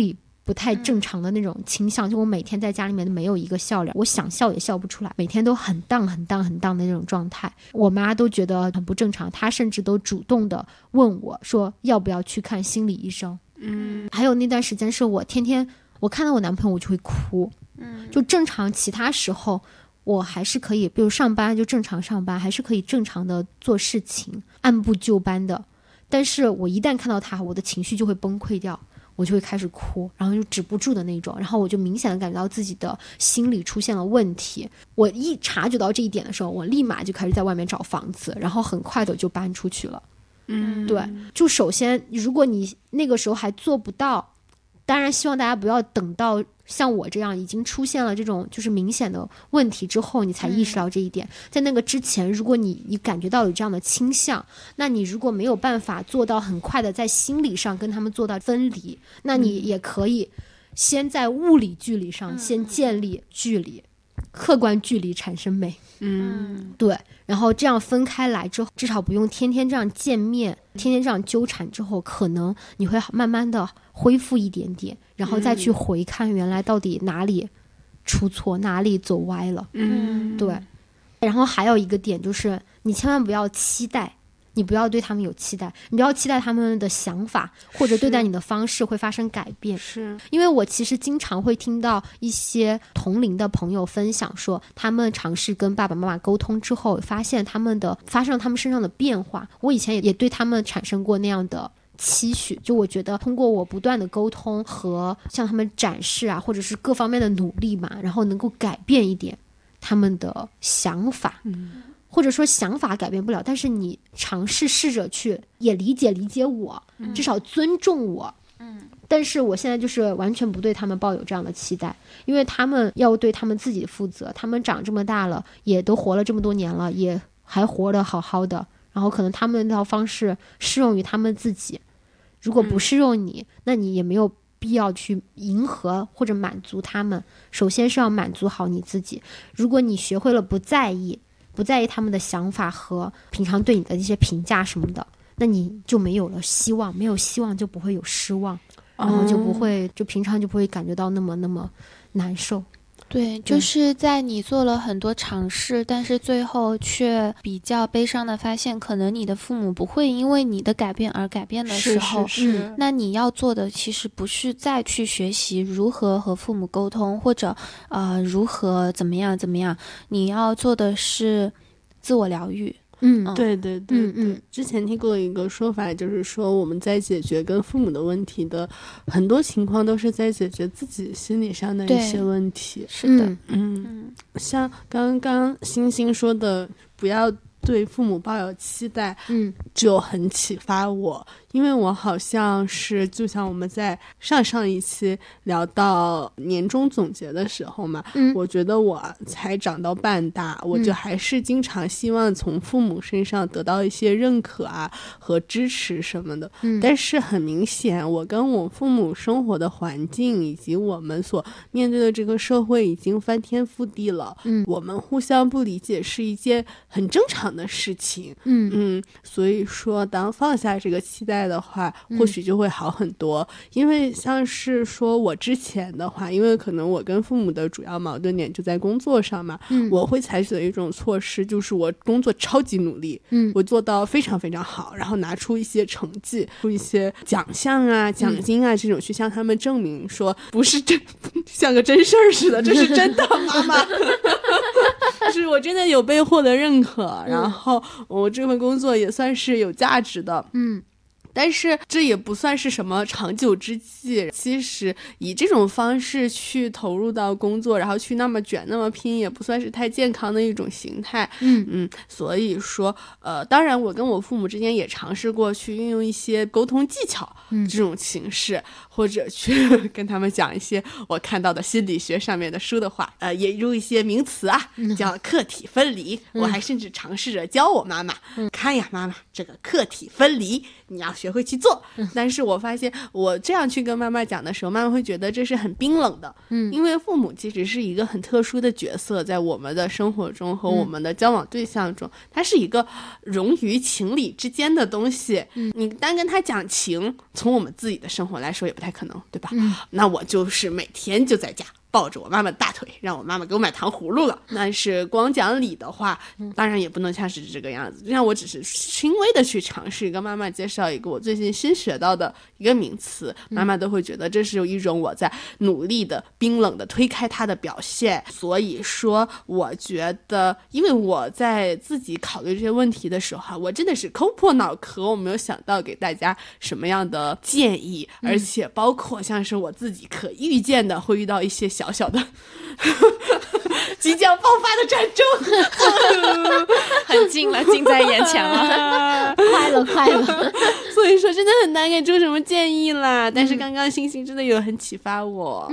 不太正常的那种倾向，就我每天在家里面没有一个笑脸，我想笑也笑不出来，每天都很荡的那种状态，我妈都觉得很不正常，她甚至都主动的问我说要不要去看心理医生。还有那段时间是我天天我看到我男朋友我就会哭，就正常其他时候我还是可以，比如上班就正常上班，还是可以正常的做事情，按部就班的，但是我一旦看到他，我的情绪就会崩溃掉，我就会开始哭，然后就止不住的那种，然后我就明显的感觉到自己的心理出现了问题。我一察觉到这一点的时候，我立马就开始在外面找房子，然后很快的就搬出去了。对，就首先如果你那个时候还做不到，当然希望大家不要等到像我这样已经出现了这种就是明显的问题之后你才意识到这一点，在那个之前如果你感觉到有这样的倾向，那你如果没有办法做到很快的在心理上跟他们做到分离，那你也可以先在物理距离上先建立距离，客观距离产生美。对，然后这样分开来之后，至少不用天天这样见面，天天这样纠缠之后，可能你会慢慢的恢复一点点，然后再去回看原来到底哪里出错，哪里走歪了。对。然后还有一个点就是你千万不要期待，你不要对他们有期待，你不要期待他们的想法或者对待你的方式会发生改变。 是因为我其实经常会听到一些同龄的朋友分享说，他们尝试跟爸爸妈妈沟通之后，发现他们身上的变化。我以前也对他们产生过那样的期许，就我觉得通过我不断的沟通和向他们展示啊，或者是各方面的努力嘛，然后能够改变一点他们的想法。或者说想法改变不了，但是你试着去也理解我，至少尊重我。但是我现在就是完全不对他们抱有这样的期待，因为他们要对他们自己负责，他们长这么大了，也都活了这么多年了，也还活得好好的，然后可能他们那套方式适用于他们自己，如果不适用你，那你也没有必要去迎合或者满足他们，首先是要满足好你自己。如果你学会了不在意他们的想法和平常对你的一些评价什么的，那你就没有了希望，没有希望就不会有失望，然后就不会就平常就不会感觉到那么难受。 对，就是在你做了很多尝试，但是最后却比较悲伤的发现，可能你的父母不会因为你的改变而改变的时候，那你要做的其实不是再去学习如何和父母沟通，或者如何怎么样，你要做的是自我疗愈。 对，之前听过一个说法，就是说我们在解决跟父母的问题的很多情况都是在解决自己心理上的一些问题。 是的。 像刚刚星星说的不要对父母抱有期待，就很启发我，因为我好像是就像我们在上一期聊到年终总结的时候嘛，我觉得我才长到半大，我就还是经常希望从父母身上得到一些认可啊和支持什么的，但是很明显我跟我父母生活的环境以及我们所面对的这个社会已经翻天覆地了，我们互相不理解是一件很正常的事情。所以说当放下这个期待的话，或许就会好很多。因为像是说我之前的话，因为可能我跟父母的主要矛盾点就在工作上嘛，我会采取的一种措施就是我工作超级努力，我做到非常非常好，然后拿出一些成绩，出一些奖项啊奖金啊这种去向他们证明说不是真像个真事儿似的，这是真的妈妈就是我真的有被获得认可，然后我这份工作也算是有价值的。但是这也不算是什么长久之计，其实以这种方式去投入到工作，然后去那么卷那么拼，也不算是太健康的一种形态。所以说当然我跟我父母之间也尝试过去运用一些沟通技巧这种形式，或者去跟他们讲一些我看到的心理学上面的书的话，引入一些名词啊，叫客体分离。我还甚至尝试着教我妈妈，看呀妈妈，这个客体分离你要学会去做。但是我发现我这样去跟妈妈讲的时候，妈妈会觉得这是很冰冷的。因为父母其实是一个很特殊的角色，在我们的生活中和我们的交往对象中，它是一个融于情理之间的东西。你单跟他讲情，从我们自己的生活来说也不太可能，对吧？那我就是每天就在家抱着我妈妈大腿，让我妈妈给我买糖葫芦了。但是光讲理的话，当然也不能像是这个样子。让我只是轻微的去尝试跟妈妈介绍一个我最近新学到的一个名词，妈妈都会觉得这是有一种我在努力的冰冷的推开她的表现。所以说我觉得，因为我在自己考虑这些问题的时候，我真的是抠破脑壳，我没有想到给大家什么样的建议，而且包括像是我自己可预见的会遇到一些小小的即将爆发的战争很近了，近在眼前了快了所以说真的很难给出什么建议啦，但是刚刚星星真的有很启发我。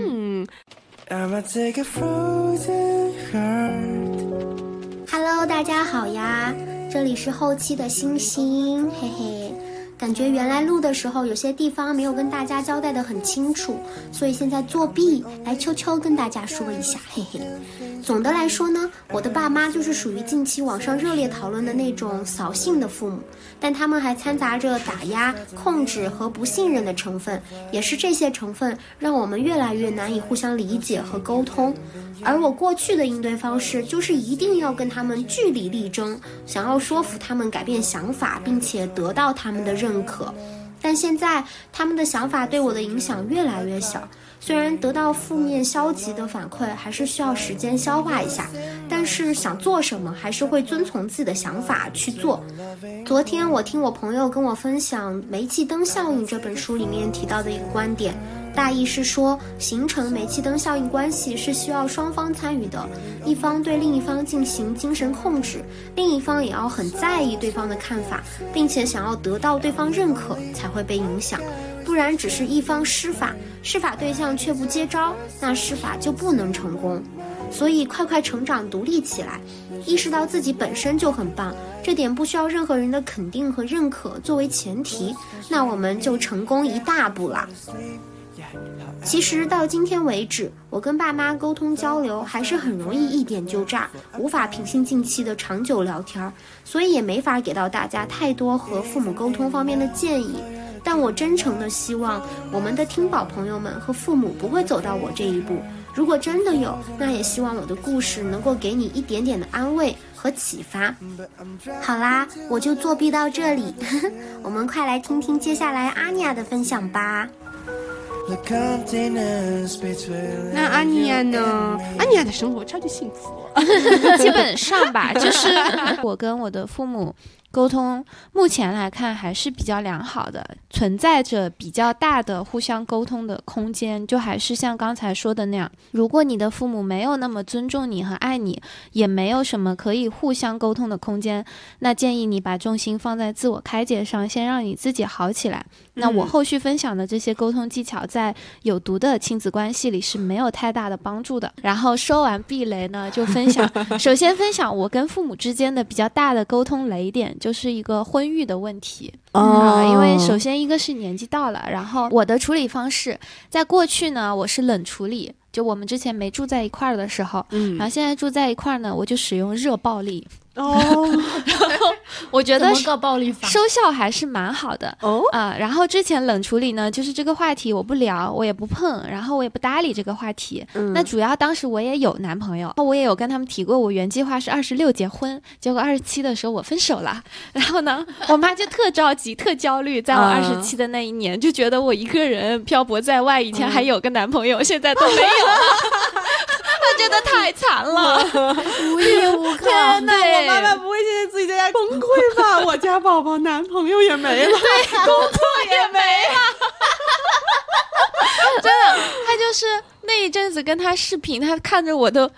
I'ma take a frozen heart. Hello， 大家好呀，这里是后期的星星，嘿嘿。感觉原来录的时候有些地方没有跟大家交代得很清楚，所以现在作弊来悄悄跟大家说一下，嘿嘿。总的来说呢，我的爸妈就是属于近期网上热烈讨论的那种扫兴的父母，但他们还掺杂着打压、控制和不信任的成分，也是这些成分让我们越来越难以互相理解和沟通。而我过去的应对方式就是一定要跟他们据理力争，想要说服他们改变想法，并且得到他们的认可。但现在他们的想法对我的影响越来越小，虽然得到负面消极的反馈还是需要时间消化一下，但是想做什么还是会遵从自己的想法去做。昨天我听我朋友跟我分享《煤气灯效应》这本书里面提到的一个观点，大意是说，形成煤气灯效应关系是需要双方参与的，一方对另一方进行精神控制，另一方也要很在意对方的看法，并且想要得到对方认可才会被影响，不然只是一方施法，施法对象却不接招，那施法就不能成功。所以快成长独立起来，意识到自己本身就很棒，这点不需要任何人的肯定和认可作为前提，那我们就成功一大步啦。其实到今天为止，我跟爸妈沟通交流还是很容易一点就炸，无法平心静气的长久聊天，所以也没法给到大家太多和父母沟通方面的建议。但我真诚的希望我们的听宝朋友们和父母不会走到我这一步，如果真的有，那也希望我的故事能够给你一点点的安慰和启发。好啦，我就作弊到这里我们快来听听接下来阿尼亚的分享吧。 那阿尼亚呢？阿尼亚的生活超级幸福基本上吧，就是我跟我的父母沟通目前来看还是比较良好的，存在着比较大的互相沟通的空间。就还是像刚才说的那样，如果你的父母没有那么尊重你和爱你，也没有什么可以互相沟通的空间，那建议你把重心放在自我开解上，先让你自己好起来。那我后续分享的这些沟通技巧在有毒的亲子关系里是没有太大的帮助的。然后说完避雷呢，就分享首先分享我跟父母之间的比较大的沟通雷点，就是一个婚育的问题。因为首先一个是年纪到了，然后我的处理方式在过去呢，我是冷处理，就我们之前没住在一块儿的时候，然后现在住在一块儿呢，我就使用热暴力。然后我觉得怎么个暴力法收效还是蛮好的然后之前冷处理呢，就是这个话题我不聊，我也不碰，然后我也不搭理这个话题。那主要当时我也有男朋友，我也有跟他们提过，我原计划是26结婚，结果27的时候我分手了。然后呢，我妈就特着急特焦虑，在我27的那一年就觉得我一个人漂泊在外，以前还有个男朋友现在都没有了她觉得太惨了无依无靠。 天哪，我妈妈不会现在自己在家崩溃吧？我家宝宝男朋友也没了，对，工作也没了真的，她就是那一阵子跟她视频，她看着我都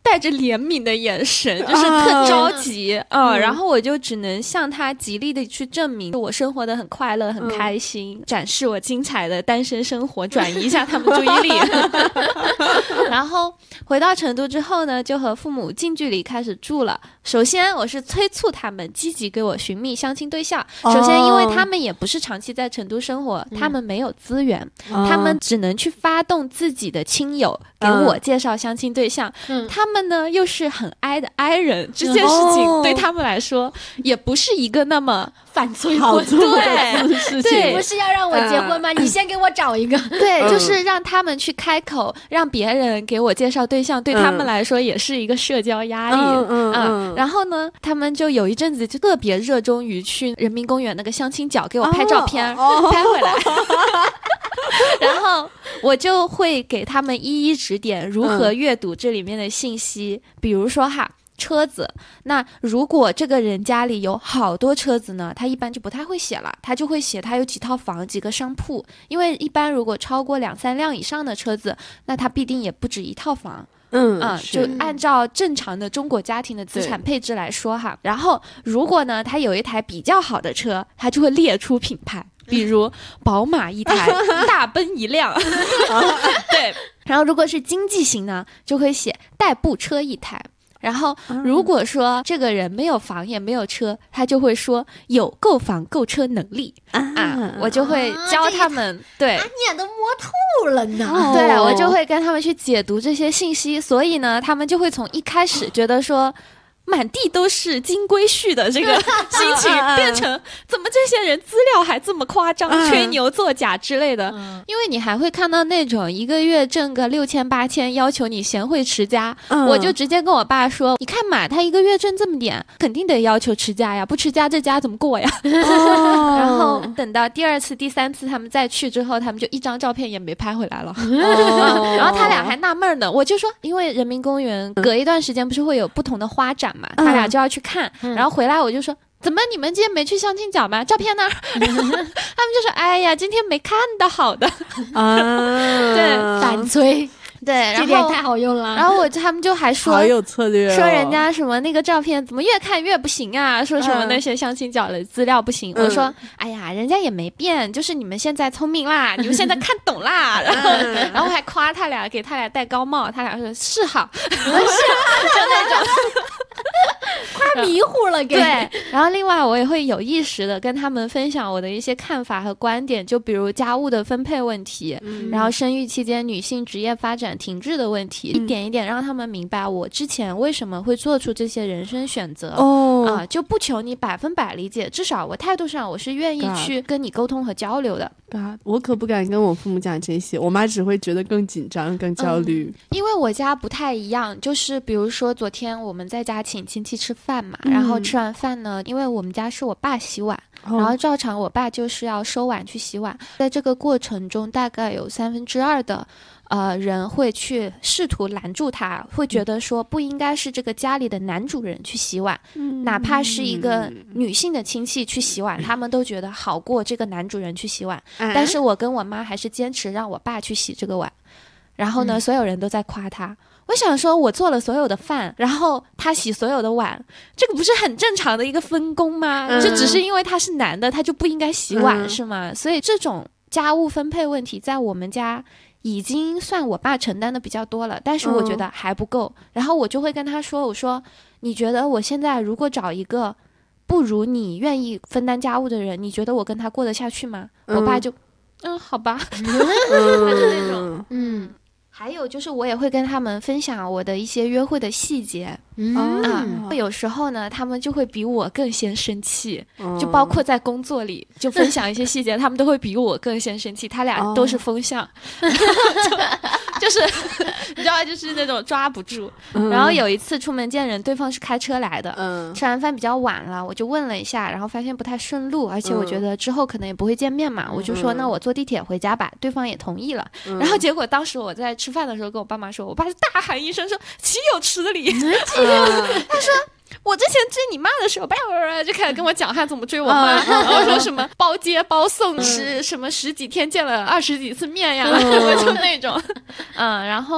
带着怜悯的眼神，就是特着急然后我就只能向他极力的去证明我生活的很快乐很开心，展示我精彩的单身生活，转移一下他们注意力然后回到成都之后呢，就和父母近距离开始住了。首先我是催促他们积极给我寻觅相亲对象，首先因为他们也不是长期在成都生活，他们没有资源，他们只能去发动自己的亲友给我介绍相亲对象，他们呢又是很哀的哀人，这件事情对他们来说也不是一个那么反催婚， 对， 不是要让我结婚吗？你先给我找一个。 对，就是让他们去开口，让别人给我介绍对象，对他们来说也是一个社交压力。然后呢，他们就有一阵子就特别热衷于去人民公园那个相亲角给我拍照片，拍回来。然后我就会给他们一一指点如何阅读这里面的信息，比如说车子，那如果这个人家里有好多车子呢，他一般就不太会写了，他就会写他有几套房几个商铺，因为一般如果超过2-3辆以上的车子，那他必定也不止一套房。就按照正常的中国家庭的资产配置来说然后如果呢他有一台比较好的车，他就会列出品牌，比如宝马一台大奔一辆对，然后如果是经济型呢，就会写代步车一台。然后如果说这个人没有房也没有车，他就会说有购房购车能力我就会教他们对你都摸透了呢对，我就会跟他们去解读这些信息，所以呢他们就会从一开始觉得说满地都是金龟婿的这个心情变成怎么这些人资料还这么夸张，吹牛作假之类的。因为你还会看到那种一个月挣个6000-8000要求你贤惠持家，我就直接跟我爸说，你看嘛，他一个月挣这么点，肯定得要求持家呀，不持家这家怎么过呀然后等到第2次第3次他们再去之后，他们就一张照片也没拍回来了然后他俩还纳闷呢，我就说因为人民公园隔一段时间不是会有不同的花展嘛，他俩就要去看，然后回来我就说怎么你们今天没去相亲角吗？照片呢？他们就说哎呀今天没看到好的对， 反催。 对，然后这点太好用了。 然后他们就还说好有策略说人家什么那个照片怎么越看越不行啊，说什么那些相亲角的资料不行。我说哎呀人家也没变，就是你们现在聪明啦，你们现在看懂啦然后还夸他俩，给他俩戴高帽，他俩说是好就那种夸迷糊了给。 对，然后另外我也会有意识的跟他们分享我的一些看法和观点，就比如家务的分配问题，然后生育期间女性职业发展停滞的问题，一点一点让他们明白我之前为什么会做出这些人生选择就不求你100%理解，至少我态度上我是愿意去跟你沟通和交流的。 我可不敢跟我父母讲这些，我妈只会觉得更紧张更焦虑因为我家不太一样，就是比如说昨天我们在家请亲戚吃饭嘛，然后吃完饭呢，因为我们家是我爸洗碗然后照常我爸就是要收碗去洗碗，在这个过程中大概有2/3的人会去试图拦住他，会觉得说不应该是这个家里的男主人去洗碗，哪怕是一个女性的亲戚去洗碗，他们都觉得好过这个男主人去洗碗但是我跟我妈还是坚持让我爸去洗这个碗，然后呢所有人都在夸他。我想说我做了所有的饭，然后他洗所有的碗，这个不是很正常的一个分工吗？就只是因为他是男的他就不应该洗碗是吗？所以这种家务分配问题在我们家已经算我爸承担的比较多了，但是我觉得还不够然后我就会跟他说，我说你觉得我现在如果找一个不如你愿意分担家务的人，你觉得我跟他过得下去吗？我爸就好吧他就那种还有就是我也会跟他们分享我的一些约会的细节有时候呢他们就会比我更先生气就包括在工作里就分享一些细节他们都会比我更先生气，他俩都是风象就是你知道就是那种抓不住然后有一次出门见人，对方是开车来的吃完饭比较晚了，我就问了一下，然后发现不太顺路，而且我觉得之后可能也不会见面嘛我就说那我坐地铁回家吧，对方也同意了然后结果当时我在吃饭的时候跟我爸妈说，我爸就大喊一声说岂有此理他说我之前追你妈的时候就开始跟我讲他怎么追我妈然后说什么包接包送什么10几天见了20几次面呀我就那种然后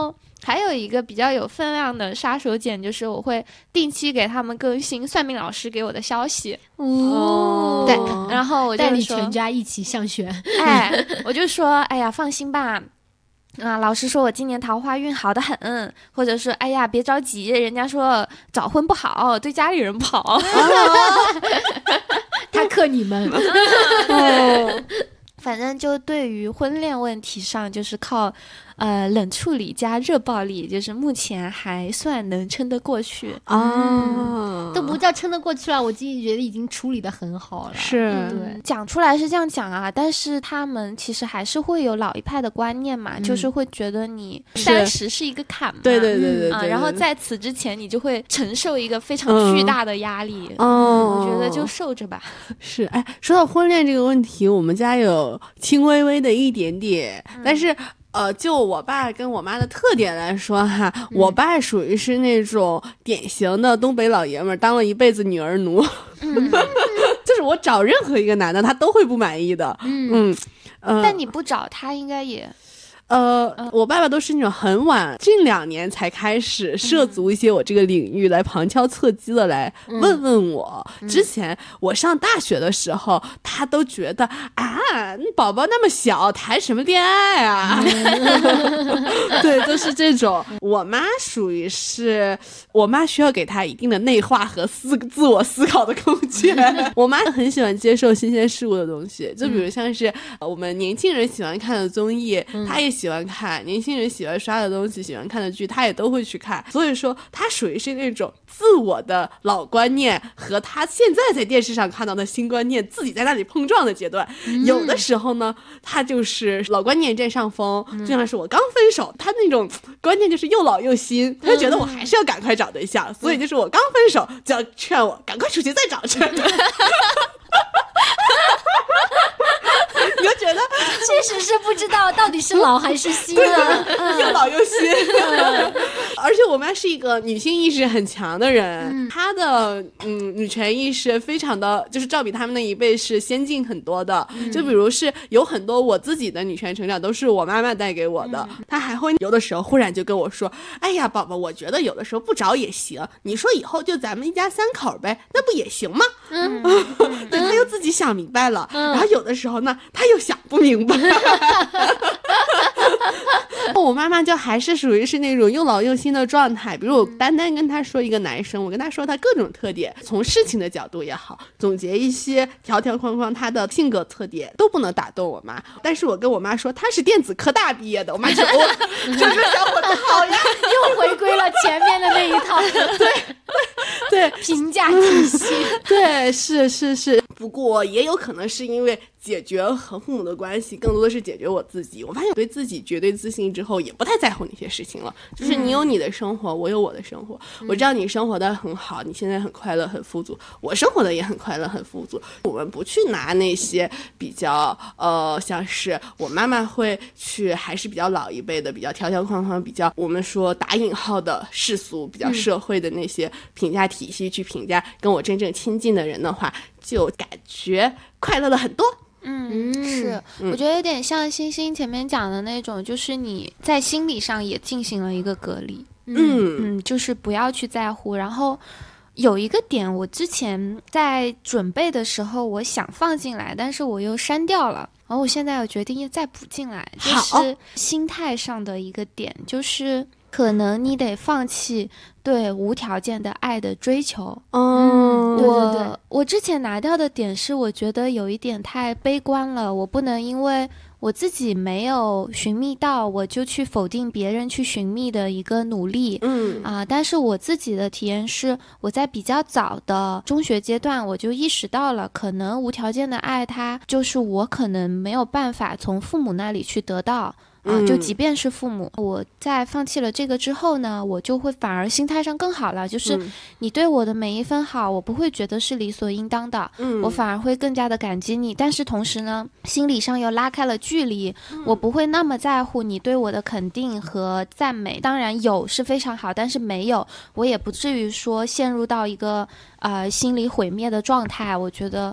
还有一个比较有分量的杀手锏，就是我会定期给他们更新算命老师给我的消息。 哦， 对，然后我就带领说全家一起上学。 哎，我就说，哎呀，放心吧。老师说我今年桃花运好得很，或者是哎呀别着急，人家说早婚不好，对家里人不好。 他克你们。 反正就对于婚恋问题上，就是靠冷处理加热暴力，就是目前还算能撑得过去啊， 都不叫撑得过去了，我自己觉得已经处理得很好了。 是， 对， 讲出来是这样讲啊，但是他们其实还是会有老一派的观念嘛，就是会觉得你30是一个坎嘛， 对对对对对， 然后在此之前你就会承受一个非常巨大的压力。我觉得就受着吧。 是，哎，说到婚恋这个问题，我们家有轻微微的一点点，但是。就我爸跟我妈的特点来说哈，我爸属于是那种典型的东北老爷们儿，当了一辈子女儿奴，就是我找任何一个男的，他都会不满意的。 但你不找他，应该也。 我爸爸都是那种很晚，近2年才开始涉足一些我这个领域，来旁敲侧击的来问问我。之前我上大学的时候，他都觉得宝宝那么小，谈什么恋爱啊？对，都是这种。我妈属于是，我妈需要给他一定的内化和自我思考的空间。我妈很喜欢接受新鲜事物的东西，就比如像是我们年轻人喜欢看的综艺，她也喜欢看，年轻人喜欢刷的东西，喜欢看的剧，他也都会去看。所以说他属于是那种自我的老观念和他现在在电视上看到的新观念自己在那里碰撞的阶段。有的时候呢，他就是老观念占上风，就像是我刚分手，他那种观念就是又老又新，他就觉得我还是要赶快找对象，所以就是我刚分手就要劝我赶快出去再找去。你就觉得确实是不知道到底是老还是新啊， 又老又新。而且我妈是一个女性意识很强的人，她的女权意识非常的，就是照比他们那一辈是先进很多的。就比如是有很多我自己的女权成长都是我妈妈带给我的，她还会有的时候忽然就跟我说：“哎呀，宝宝，我觉得有的时候不找也行，你说以后就咱们一家3口呗，那不也行吗？”对，她又自己想明白了，然后有的时候呢，她又想不明白。我妈妈就还是属于是那种又老又新的状态。比如我单单跟她说一个男生，我跟她说他各种特点，从事情的角度也好，总结一些条条框框他的性格特点，都不能打动我妈。但是我跟我妈说他是电子科大毕业的，我妈说这个小伙子好呀， 又回归了前面的那一套。 对评价体系。 对，是。不过也有可能是因为解决和父母的关系，更多的是解决我自己。我发现对自己绝对自信之后，也不太在乎那些事情了。就是你有你的生活，我有我的生活。我知道你生活的很好，你现在很快乐很富足，我生活的也很快乐很富足。我们不去拿那些比较像是我妈妈会去，还是比较老一辈的，比较条条框框，比较我们说打引号的世俗，比较社会的那些评价体系去评价跟我真正亲近的人的话，就感觉快乐了很多。 是，我觉得有点像星星前面讲的那种，就是你在心理上也进行了一个隔离。就是不要去在乎。然后有一个点，我之前在准备的时候，我想放进来，但是我又删掉了。然后我现在有决定再补进来，就是心态上的一个点，就是可能你得放弃对无条件的爱的追求。我之前拿掉的点是，我觉得有一点太悲观了，我不能因为我自己没有寻觅到，我就去否定别人去寻觅的一个努力。但是我自己的体验是，我在比较早的中学阶段，我就意识到了，可能无条件的爱，它就是我可能没有办法从父母那里去得到。就即便是父母，我在放弃了这个之后呢，我就会反而心态上更好了，就是你对我的每一分好，我不会觉得是理所应当的，我反而会更加的感激你。但是同时呢，心理上又拉开了距离，我不会那么在乎你对我的肯定和赞美，当然有是非常好，但是没有我也不至于说陷入到一个心理毁灭的状态。我觉得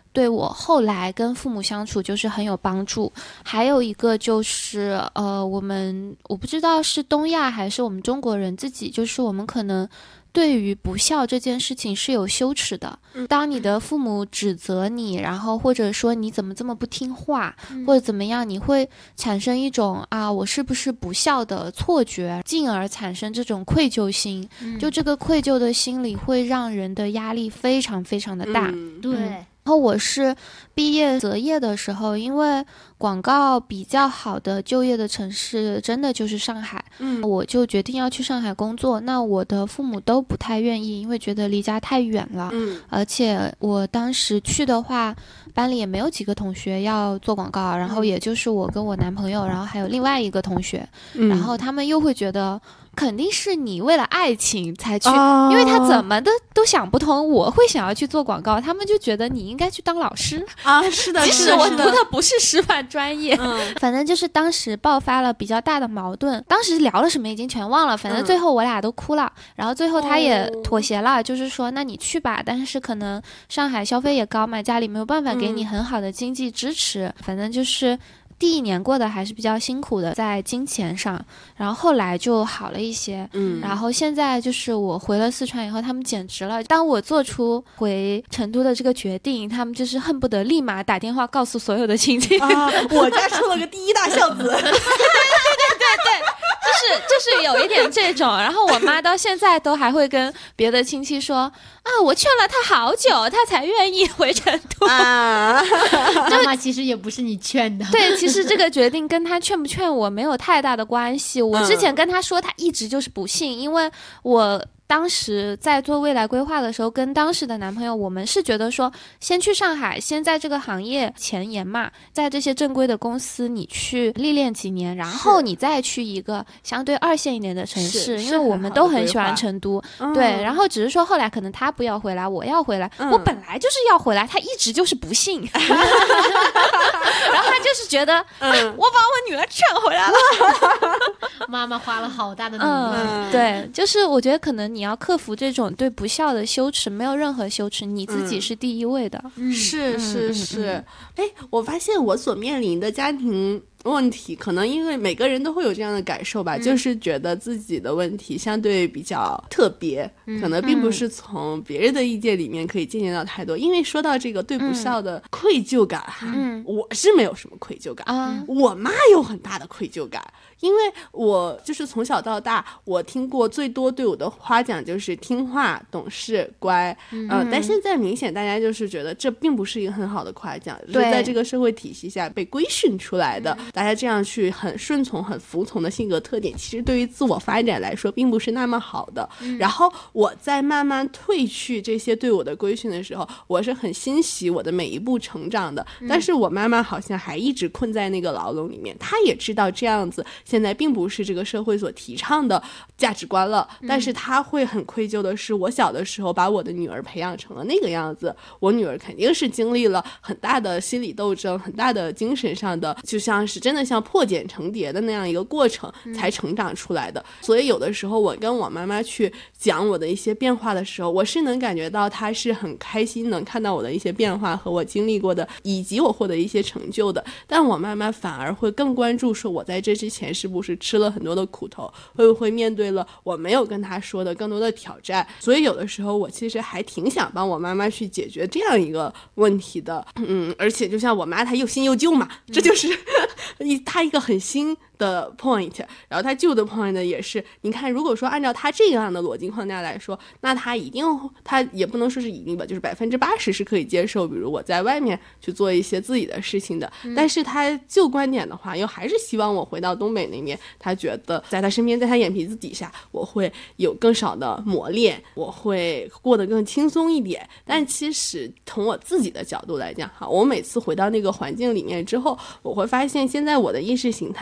对我后来跟父母相处就是很有帮助。还有一个就是我不知道是东亚还是我们中国人自己，就是我们可能对于不孝这件事情是有羞耻的。当你的父母指责你，然后或者说你怎么这么不听话，或者怎么样，你会产生一种我是不是不孝的错觉，进而产生这种愧疚心。就这个愧疚的心理会让人的压力非常非常的大。 对。 然后我是毕业择业的时候，因为广告比较好的就业的城市真的就是上海，我就决定要去上海工作。那我的父母都不太愿意，因为觉得离家太远了，而且我当时去的话，班里也没有几个同学要做广告，然后也就是我跟我男朋友，然后还有另外一个同学，然后他们又会觉得肯定是你为了爱情才去，因为他怎么的都想不通我会想要去做广告，他们就觉得你应该去当老师是的， 即使我读的不是师范专业，反正就是当时爆发了比较大的矛盾。当时聊了什么已经全忘了，反正最后我俩都哭了，然后最后他也妥协了，就是说那你去吧，但是可能上海消费也高嘛，家里没有办法给你很好的经济支持，反正就是第一年过得还是比较辛苦的，在金钱上，然后后来就好了一些。然后现在就是我回了四川以后，他们简直了。当我做出回成都的这个决定，他们就是恨不得立马打电话告诉所有的亲戚， 我家出了个第一大孝子。 对，就是有一点这种。然后我妈到现在都还会跟别的亲戚说我劝了他好久，他才愿意回成都。 妈妈其实也不是你劝的。 对，其实这个决定跟他劝不劝我没有太大的关系。我之前跟他说，他一直就是不信，因为我当时在做未来规划的时候，跟当时的男朋友，我们是觉得说先去上海，先在这个行业前沿嘛，在这些正规的公司你去历练几年，然后你再去一个相对2线一点的城市，因为我们都很喜欢成都。对，然后只是说后来可能他不要回来，我要回来，我本来就是要回来，他一直就是不信。然后他就是觉得我把我女儿劝回来了。 妈妈花了好大的努力。 对，就是我觉得可能你要克服这种对不孝的羞耻，没有任何羞耻，你自己是第一位的。 是。我发现我所面临的家庭问题，可能因为每个人都会有这样的感受吧，就是觉得自己的问题相对比较特别，可能并不是从别人的意见里面可以借鉴到太多。因为说到这个对不孝的愧疚感我是没有什么愧疚感，我妈有很大的愧疚感。因为我就是从小到大，我听过最多对我的夸奖就是听话、懂事、乖。但现在明显大家就是觉得这并不是一个很好的夸奖，是在这个社会体系下被规训出来的。大家这样去很顺从、很服从的性格特点，其实对于自我发展来说并不是那么好的。然后我在慢慢褪去这些对我的规训的时候，我是很欣喜我的每一步成长的。但是我妈妈好像还一直困在那个牢笼里面，她也知道这样子现在并不是这个社会所提倡的价值观了，但是她会很愧疚的是，我小的时候把我的女儿培养成了那个样子，我女儿肯定是经历了很大的心理斗争，很大的精神上的，就像是真的像破茧成蝶的那样一个过程才成长出来的。所以有的时候我跟我妈妈去讲我的一些变化的时候，我是能感觉到她是很开心能看到我的一些变化和我经历过的以及我获得一些成就的。但我妈妈反而会更关注说我在这之前是不是吃了很多的苦头，会不会面对了我没有跟她说的更多的挑战。所以有的时候我其实还挺想帮我妈妈去解决这样一个问题的。而且就像我妈她又新又旧嘛，这就是她一个很新的 point， 然后她旧的 point 也是，你看如果说按照她这样的逻辑框架来说，那她也不能说是一定吧，就是80%是可以接受比如我在外面去做一些自己的事情的。但是她旧观点的话又还是希望我回到东北那边，她觉得在她身边，在她眼皮子底下我会有更少的磨练，我会过得更轻松一点。但其实从我自己的角度来讲我每次回到那个环境里面之后，我会发现现在我的意识形态和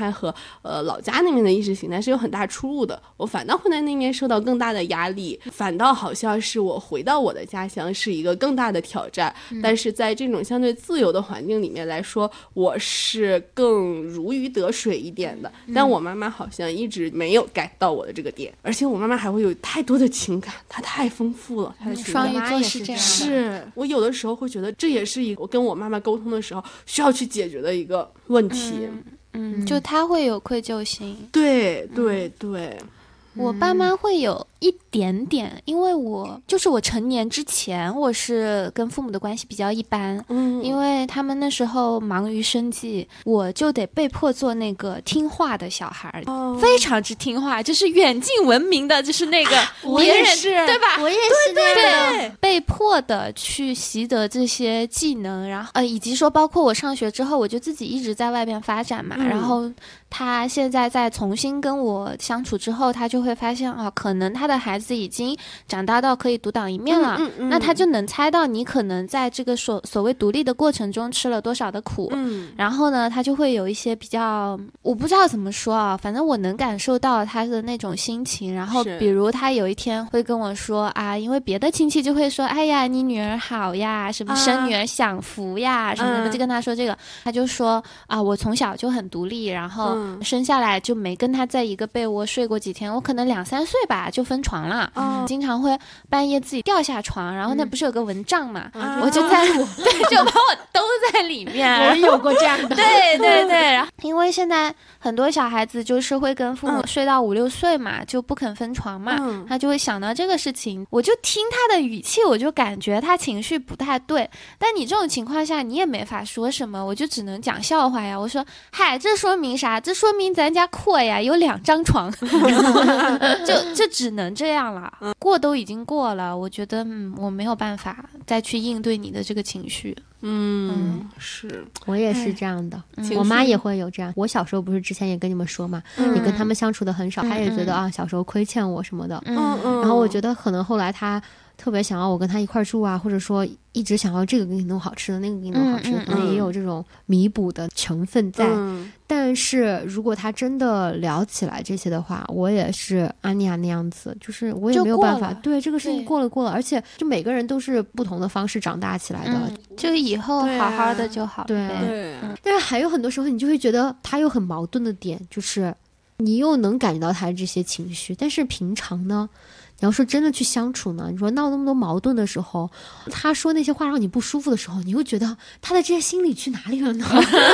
老家那边的意识形态是有很大出入的，我反倒会在那边受到更大的压力，反倒好像是我回到我的家乡是一个更大的挑战，但是在这种相对自由的环境里面来说，我是更如鱼得水一点的，但我妈妈好像一直没有 get 到我的这个点，而且我妈妈还会有太多的情感，她太丰富了，她的情感。 双鱼座是这样的， 是我有的时候会觉得这也是一个我跟我妈妈沟通的时候需要去解决的一个问题。 就她会有愧疚心。 对对对， 我爸妈会有一点点，因为我成年之前，我是跟父母的关系比较一般，因为他们那时候忙于生计，我就得被迫做那个听话的小孩，非常之听话，就是远近闻名的，就是那个别人对吧？ 我也是对，被迫的去习得这些技能，然后以及说包括我上学之后，我就自己一直在外边发展嘛，然后他现在在重新跟我相处之后，他就会发现可能他的孩子已经长大到可以独当一面了，那他就能猜到你可能在这个所谓独立的过程中吃了多少的苦，然后呢，他就会有一些比较，我不知道怎么说啊，反正我能感受到他的那种心情。然后比如他有一天会跟我说啊，因为别的亲戚就会说，哎呀，你女儿好呀，什么生女儿享福呀，什么的，就跟他说这个，他就说啊，我从小就很独立，然后生下来就没跟他在一个被窝睡过几天，我可能2-3岁吧就分床了，经常会半夜自己掉下床，然后那不是有个蚊帐嘛，我就在对，就把我兜在里面。 我有过这样的， 对对对，然后因为现在很多小孩子就是会跟父母睡到5-6岁嘛，就不肯分床嘛，他就会想到这个事情，我就听他的语气，我就感觉他情绪不太对，但你这种情况下你也没法说什么，我就只能讲笑话呀，我说嗨，这说明啥？这说明咱家阔呀，有2张床，就只能这样了。过都已经过了，我觉得我没有办法再去应对你的这个情绪。 是我也是这样的，我妈也会有这样。我小时候不是之前也跟你们说嘛，你跟他们相处的很少，她也觉得啊，小时候亏欠我什么的。然后我觉得可能后来她特别想要我跟他一块住啊，或者说一直想要这个给你弄好吃的，那个给你弄好吃的，可能也有这种弥补的成分在。但是如果他真的聊起来这些的话，我也是安妮亚那样子，就是我也没有办法，对这个事情过了，而且就每个人都是不同的方式长大起来的， 就以后好好的就好了。 对，但是还有很多时候你就会觉得他有很矛盾的点，就是你又能感觉到他这些情绪，但是平常呢，你要说真的去相处呢，你说闹那么多矛盾的时候，他说那些话让你不舒服的时候，你会觉得他的这些心理去哪里了呢？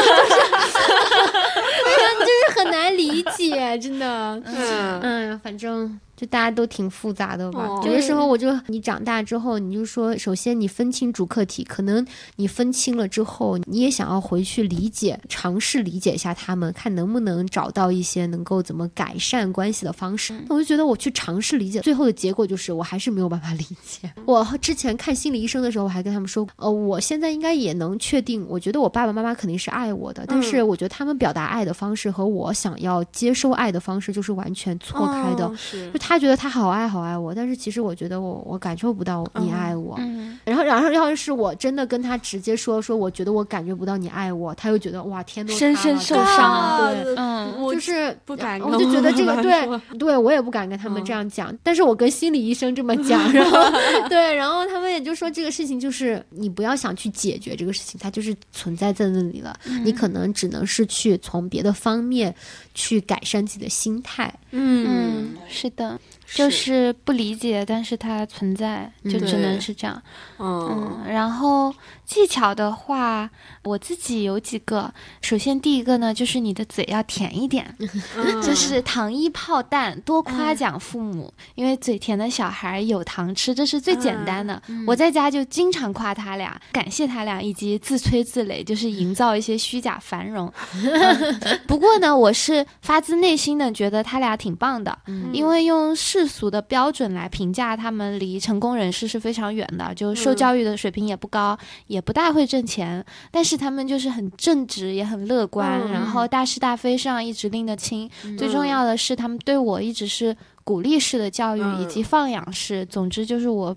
就是很难理解，真的。反正就大家都挺复杂的吧。有的时候你长大之后，你就说，首先你分清主客体，可能你分清了之后，你也想要回去理解，尝试理解一下他们，看能不能找到一些能够怎么改善关系的方式。我就觉得我去尝试理解，最后的结果就是我还是没有办法理解。我之前看心理医生的时候，我还跟他们说，我现在应该也能确定，我觉得我爸爸妈妈肯定是爱我的，但是我觉得他们表达爱的方式和我想要接收爱的方式就是完全错开的。就他觉得他好爱我，但是其实我觉得我感受不到你爱我。然后要是我真的跟他直接说我觉得我感觉不到你爱我，他又觉得哇天都深深受伤。 对， 就是不敢， 我就觉得这个对我也不敢跟他们这样讲，但是我跟心理医生这么讲，然后然后他们也就说这个事情就是你不要想去解决这个事情，它就是存在在那里了，你可能只能是去从别的方面去改善自己的心态。 是的，就是不理解，但是它存在，就只能是这样。然后技巧的话，我自己有几个。首先第一个呢，就是你的嘴要甜一点，就是糖衣炮弹，多夸奖父母，因为嘴甜的小孩有糖吃，这是最简单的。我在家就经常夸他俩，感谢他俩，以及自吹自擂，就是营造一些虚假繁荣。不过呢，我是发自内心的觉得他俩挺棒的，因为用世俗的标准来评价他们，离成功人士是非常远的，就受教育的水平也不高，也不大会挣钱，但是他们就是很正直，也很乐观，然后大是大非上一直拎得清。最重要的是他们对我一直是鼓励式的教育以及放养式，总之就是我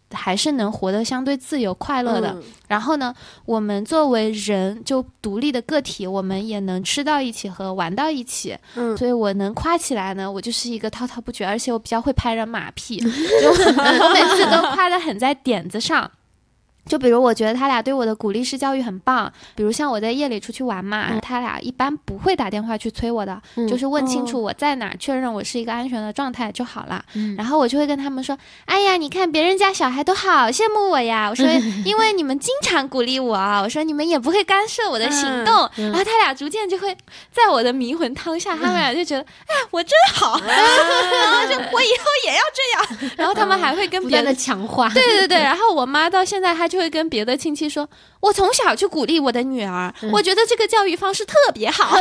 还是能活得相对自由快乐的。然后呢，我们作为人就独立的个体，我们也能吃到一起和玩到一起。所以我能夸起来呢，我就是一个滔滔不绝，而且我比较会拍人马屁，就我每次都夸得很在点子上。就比如我觉得他俩对我的鼓励式教育很棒，比如像我在夜里出去玩嘛，他俩一般不会打电话去催我的，就是问清楚我在哪，确认我是一个安全的状态就好了。然后我就会跟他们说，哎呀，你看别人家小孩都好羡慕我呀，我说因为你们经常鼓励我，我说你们也不会干涉我的行动。然后他俩逐渐就会在我的迷魂汤下，他们俩就觉得哎，我真好，然后就我以后也要这样，然后他们还会跟别的强化。 对，然后我妈到现在她就会跟别的亲戚说，我从小就鼓励我的女儿，我觉得这个教育方式特别好。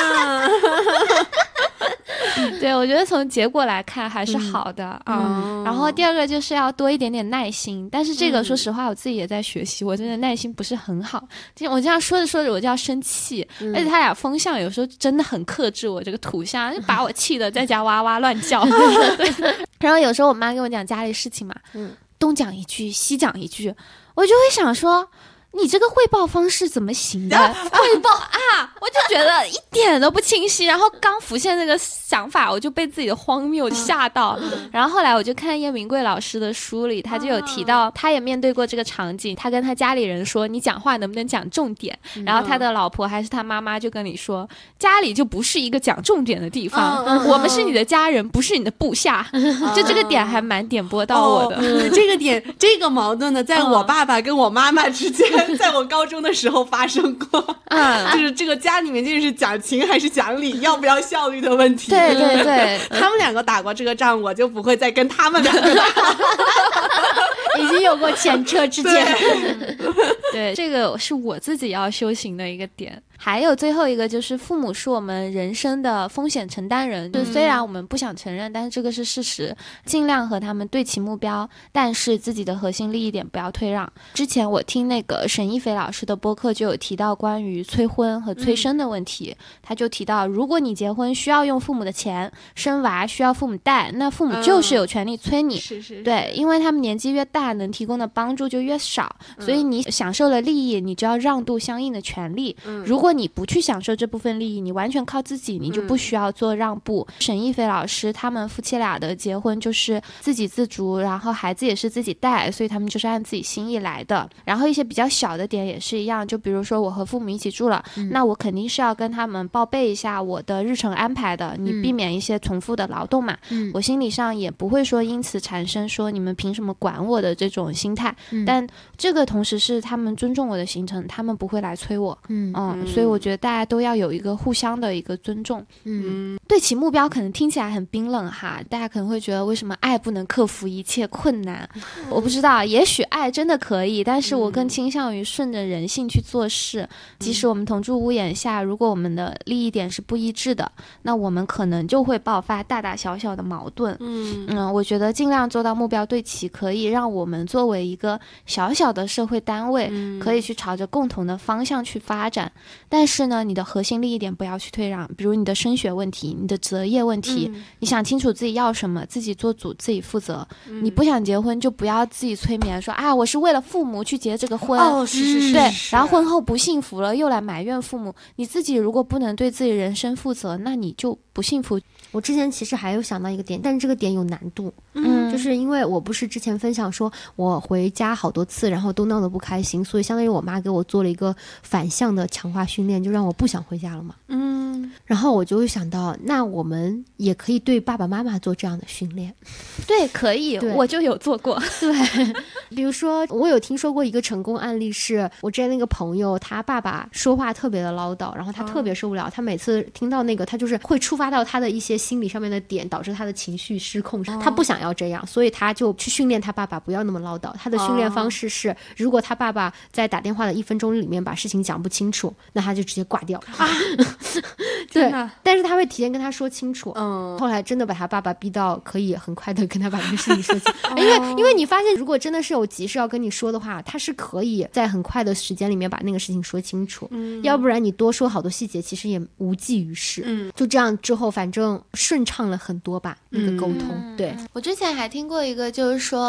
对，我觉得从结果来看还是好的然后第二个就是要多一点点耐心，但是这个说实话我自己也在学习，我真的耐心不是很好，我这样说着说着我就要生气，而且他俩风向有时候真的很克制我这个土象，就把我气得在家哇哇乱叫。然后有时候我妈跟我讲家里事情嘛，东讲一句西讲一句，我就会想说你这个汇报方式怎么行的？汇报啊，我就觉得一点都不清晰。然后刚浮现那个想法，我就被自己的荒谬吓到。然后后来我就看叶明贵老师的书里，他就有提到，他也面对过这个场景。他跟他家里人说：“你讲话能不能讲重点？”然后他的老婆还是他妈妈就跟你说：“家里就不是一个讲重点的地方，我们是你的家人，不是你的部下。”就这个点还蛮点拨到我的。 这个点，这个矛盾呢，在我爸爸跟我妈妈之间。在我高中的时候发生过，就是这个家里面究竟是讲情还是讲理，要不要效率的问题。 对， 他们两个打过这个仗，我就不会再跟他们两个打。 已经有过前车之鉴。 对，这个是我自己要修行的一个点。还有最后一个就是父母是我们人生的风险承担人，就虽然我们不想承认，但是这个是事实，尽量和他们对齐目标，但是自己的核心利益点不要退让。之前我听那个沈一菲老师的播客就有提到关于催婚和催生的问题，他就提到如果你结婚需要用父母的钱，生娃需要父母带，那父母就是有权利催你。对，因为他们年纪越大能提供的帮助就越少，所以你享受了利益，你就要让渡相应的权利。如果你不去享受这部分利益，你完全靠自己，你就不需要做让步。沈一菲老师他们夫妻俩的结婚就是自给自足，然后孩子也是自己带，所以他们就是按自己心意来的。然后一些比较小的点也是一样，就比如说我和父母一起住了，那我肯定是要跟他们报备一下我的日程安排的，你避免一些重复的劳动嘛。我心理上也不会说因此产生说你们凭什么管我的这种心态，但这个同时是他们尊重我的行程，他们不会来催我。所以我觉得大家都要有一个互相的一个尊重。对其目标可能听起来很冰冷哈，大家可能会觉得为什么爱不能克服一切困难？我不知道，也许爱真的可以，但是我更倾向于顺着人性去做事。即使我们同住屋檐下，如果我们的利益点是不一致的，那我们可能就会爆发大大小小的矛盾。我觉得尽量做到目标对齐，可以让我们作为一个小小的社会单位，可以去朝着共同的方向去发展。但是呢，你的核心利益点不要去退让，比如你的升学问题，你的择业问题，你想清楚自己要什么，自己做主，自己负责。你不想结婚就不要自己催眠说啊，我是为了父母去结这个婚。对，然后婚后不幸福了又来埋怨父母，你自己如果不能对自己人生负责，那你就不幸福。 我之前其实还有想到一个点，但是这个点有难度。就是因为我不是之前分享说我回家好多次然后都闹得不开心，所以相当于我妈给我做了一个反向的强化训练，就让我不想回家了嘛。然后我就会想到，那我们也可以对爸爸妈妈做这样的训练。 对，可以，我就有做过。 对，比如说我有听说过一个成功案例，是我之前那个朋友，他爸爸说话特别的唠叨，然后他特别受不了，他每次听到那个他就是会触发到他的一些心理上面的点，导致他的情绪失控。他不想要这样，所以他就去训练他爸爸不要那么唠叨。他的训练方式是，如果他爸爸在打电话的1分钟里面把事情讲不清楚，那他就直接挂掉。对，但是他会提前跟他说清楚。后来真的把他爸爸逼到可以很快的跟他把这个事情说清楚。因为你发现如果真的是有急事要跟你说的话，他是可以在很快的时间里面把那个事情说清楚。要不然你多说好多细节其实也无济于事。就这样之后反正顺畅了很多吧，那个沟通。对， 我之前还听过一个就是说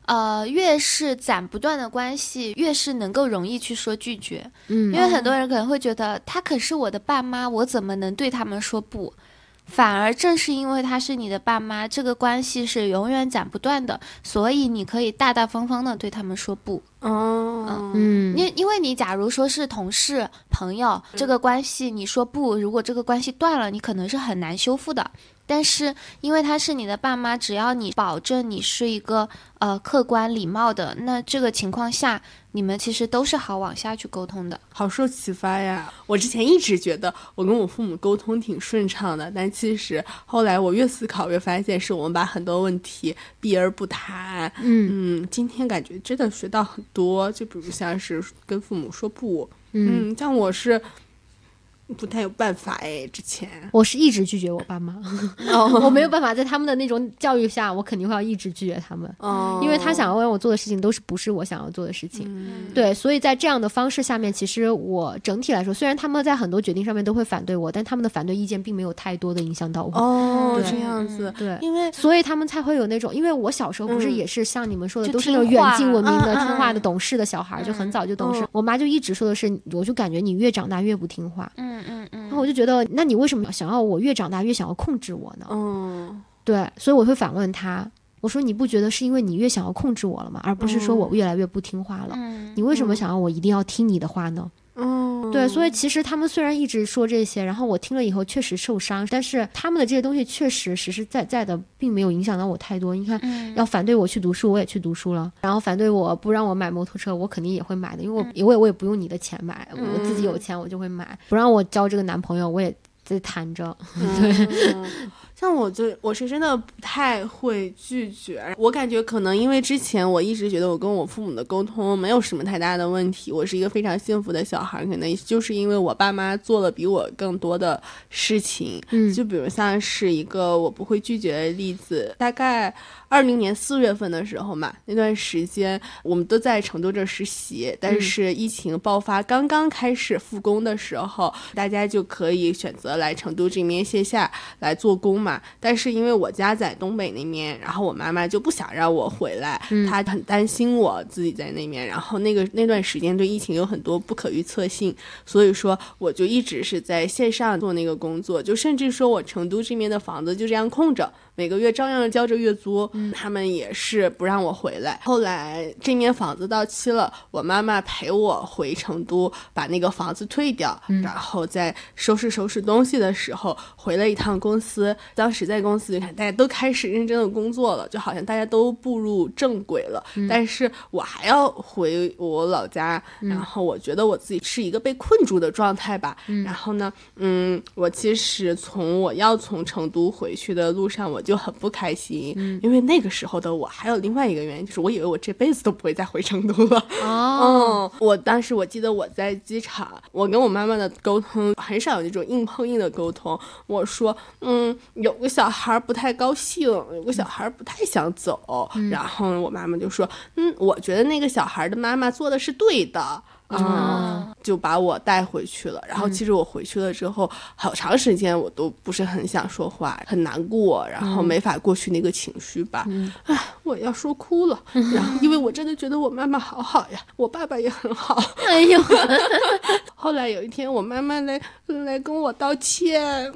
越是斩不断的关系，越是能够容易去说拒绝。因为很多人可能会觉得，他可是我的爸妈，我怎么能对他们说不？反而正是因为他是你的爸妈，这个关系是永远斩不断的，所以你可以大大方方的对他们说不。因为你假如说是同事朋友，这个关系你说不，如果这个关系断了，你可能是很难修复的。但是因为他是你的爸妈，只要你保证你是一个客观礼貌的，那这个情况下你们其实都是好往下去沟通的。 好受启发呀！我之前一直觉得我跟我父母沟通挺顺畅的，但其实后来我越思考越发现，是我们把很多问题避而不谈。今天感觉真的学到很多，就比如像是跟父母说不，像我是不太有办法之前我是一直拒绝我爸妈我没有办法在他们的那种教育下，我肯定会要一直拒绝他们因为他想要让我做的事情都是不是我想要做的事情对，所以在这样的方式下面，其实我整体来说，虽然他们在很多决定上面都会反对我，但他们的反对意见并没有太多的影响到我这样子对， 因为所以他们才会有那种，因为我小时候不是也是像你们说的都是那种远近闻名的听话的懂事的小孩就很早就懂事我妈就一直说的是，我就感觉你越长大越不听话然后我就觉得，那你为什么想要我越长大越想要控制我呢？对，所以我会反问他，我说你不觉得是因为你越想要控制我了吗？而不是说我越来越不听话了你为什么想要我一定要听你的话呢？对，所以其实他们虽然一直说这些，然后我听了以后确实受伤，但是他们的这些东西确实实实在在的并没有影响到我太多。你看要反对我去读书，我也去读书了，然后反对我不让我买摩托车，我肯定也会买的，因为我也不用你的钱买，我自己有钱我就会买，不让我交这个男朋友我也在谈着对像我是真的不太会拒绝，我感觉可能因为之前我一直觉得我跟我父母的沟通没有什么太大的问题，我是一个非常幸福的小孩，可能就是因为我爸妈做了比我更多的事情就比如像是一个我不会拒绝的例子，大概2020年4月份的时候嘛，那段时间我们都在成都这实习，但是疫情爆发刚刚开始复工的时候大家就可以选择来成都这边线下来做工嘛，但是因为我家在东北那边，然后我妈妈就不想让我回来她很担心我自己在那边，然后那段时间对疫情有很多不可预测性，所以说我就一直是在线上做那个工作，就甚至说我成都这边的房子就这样空着，每个月照样交着月租他们也是不让我回来。后来这面房子到期了，我妈妈陪我回成都把那个房子退掉然后在收拾东西的时候回了一趟公司，当时在公司就看大家都开始认真的工作了，就好像大家都步入正轨了但是我还要回我老家然后我觉得我自己是一个被困住的状态吧然后呢我其实我要从成都回去的路上我就很不开心因为那个时候的我还有另外一个原因，就是我以为我这辈子都不会再回成都了我当时我记得我在机场，我跟我妈妈的沟通很少有那种硬碰硬的沟通，我说有个小孩不太高兴，有个小孩不太想走然后我妈妈就说我觉得那个小孩的妈妈做的是对的就把我带回去了。然后其实我回去了之后好长时间我都不是很想说话，很难过，然后没法过去那个情绪吧我要说哭了然后因为我真的觉得我妈妈好好呀，我爸爸也很好哎呦后来有一天我妈妈来跟我道歉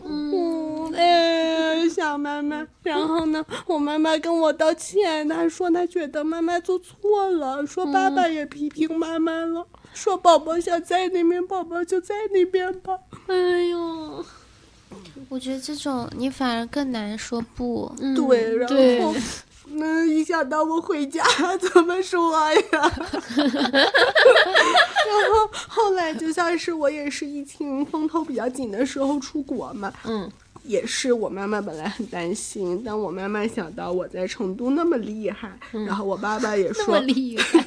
小妈妈，然后呢我妈妈跟我道歉，她说她觉得妈妈做错了，说爸爸也批评妈妈了，说宝宝想在那边宝宝就在那边吧。 哎呦我觉得这种你反而更难说不对，然后一想到我回家怎么说呀然后后来就像是我也是疫情风头比较紧的时候出国嘛也是我妈妈本来很担心，但我妈妈想到我在成都那么厉害然后我爸爸也说那么厉害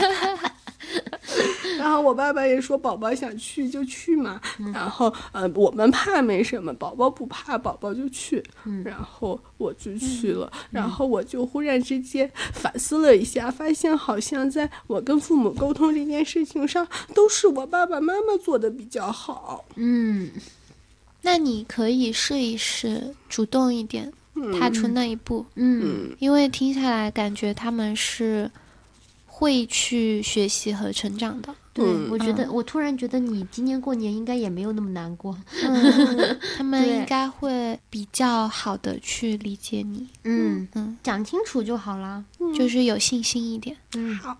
然后我爸爸也说宝宝想去就去嘛然后我们怕没什么，宝宝不怕，宝宝就去然后我就去了然后我就忽然之间反思了一下，发现好像在我跟父母沟通这件事情上都是我爸爸妈妈做的比较好那你可以试一试主动一点踏出那一步。因为听下来感觉他们是会去学习和成长的。 对，我觉得我突然觉得你今年过年应该也没有那么难过。 他们应该会比较好的去理解你。 讲清楚就好了， 就是有信心一点。 好。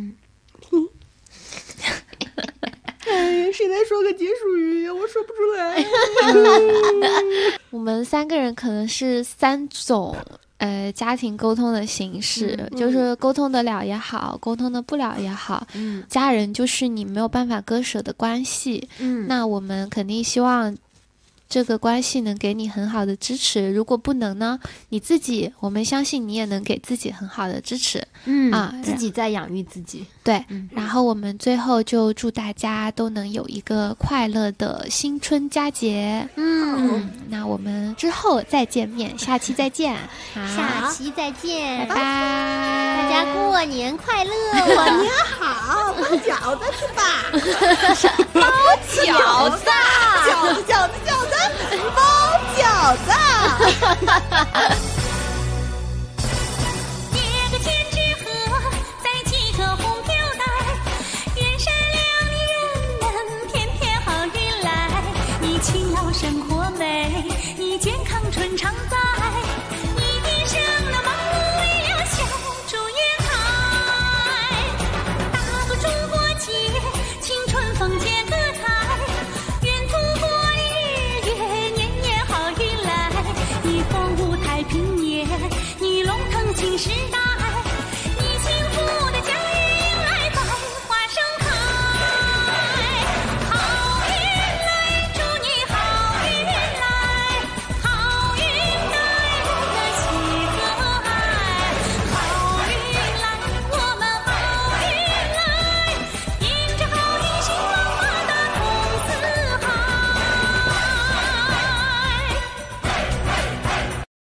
谁在说个结束语？我说不出来。 我们3个人可能是3种家庭沟通的形式，就是沟通得了也好，沟通得不了也好。家人就是你没有办法割舍的关系。那我们肯定希望这个关系能给你很好的支持，如果不能呢，你自己，我们相信你也能给自己很好的支持。 自己在养育自己。 对，然后我们最后就祝大家都能有一个快乐的新春佳节。那我们之后再见面，下期再见。 下期再见， 拜拜， 大家过年快乐， 过年好，包饺子去吧。 包饺子， 包饺子。 捏个千纸鹤，再系个红吊带，愿善良的人们天天好运来。你勤劳生活美，你健康春常在。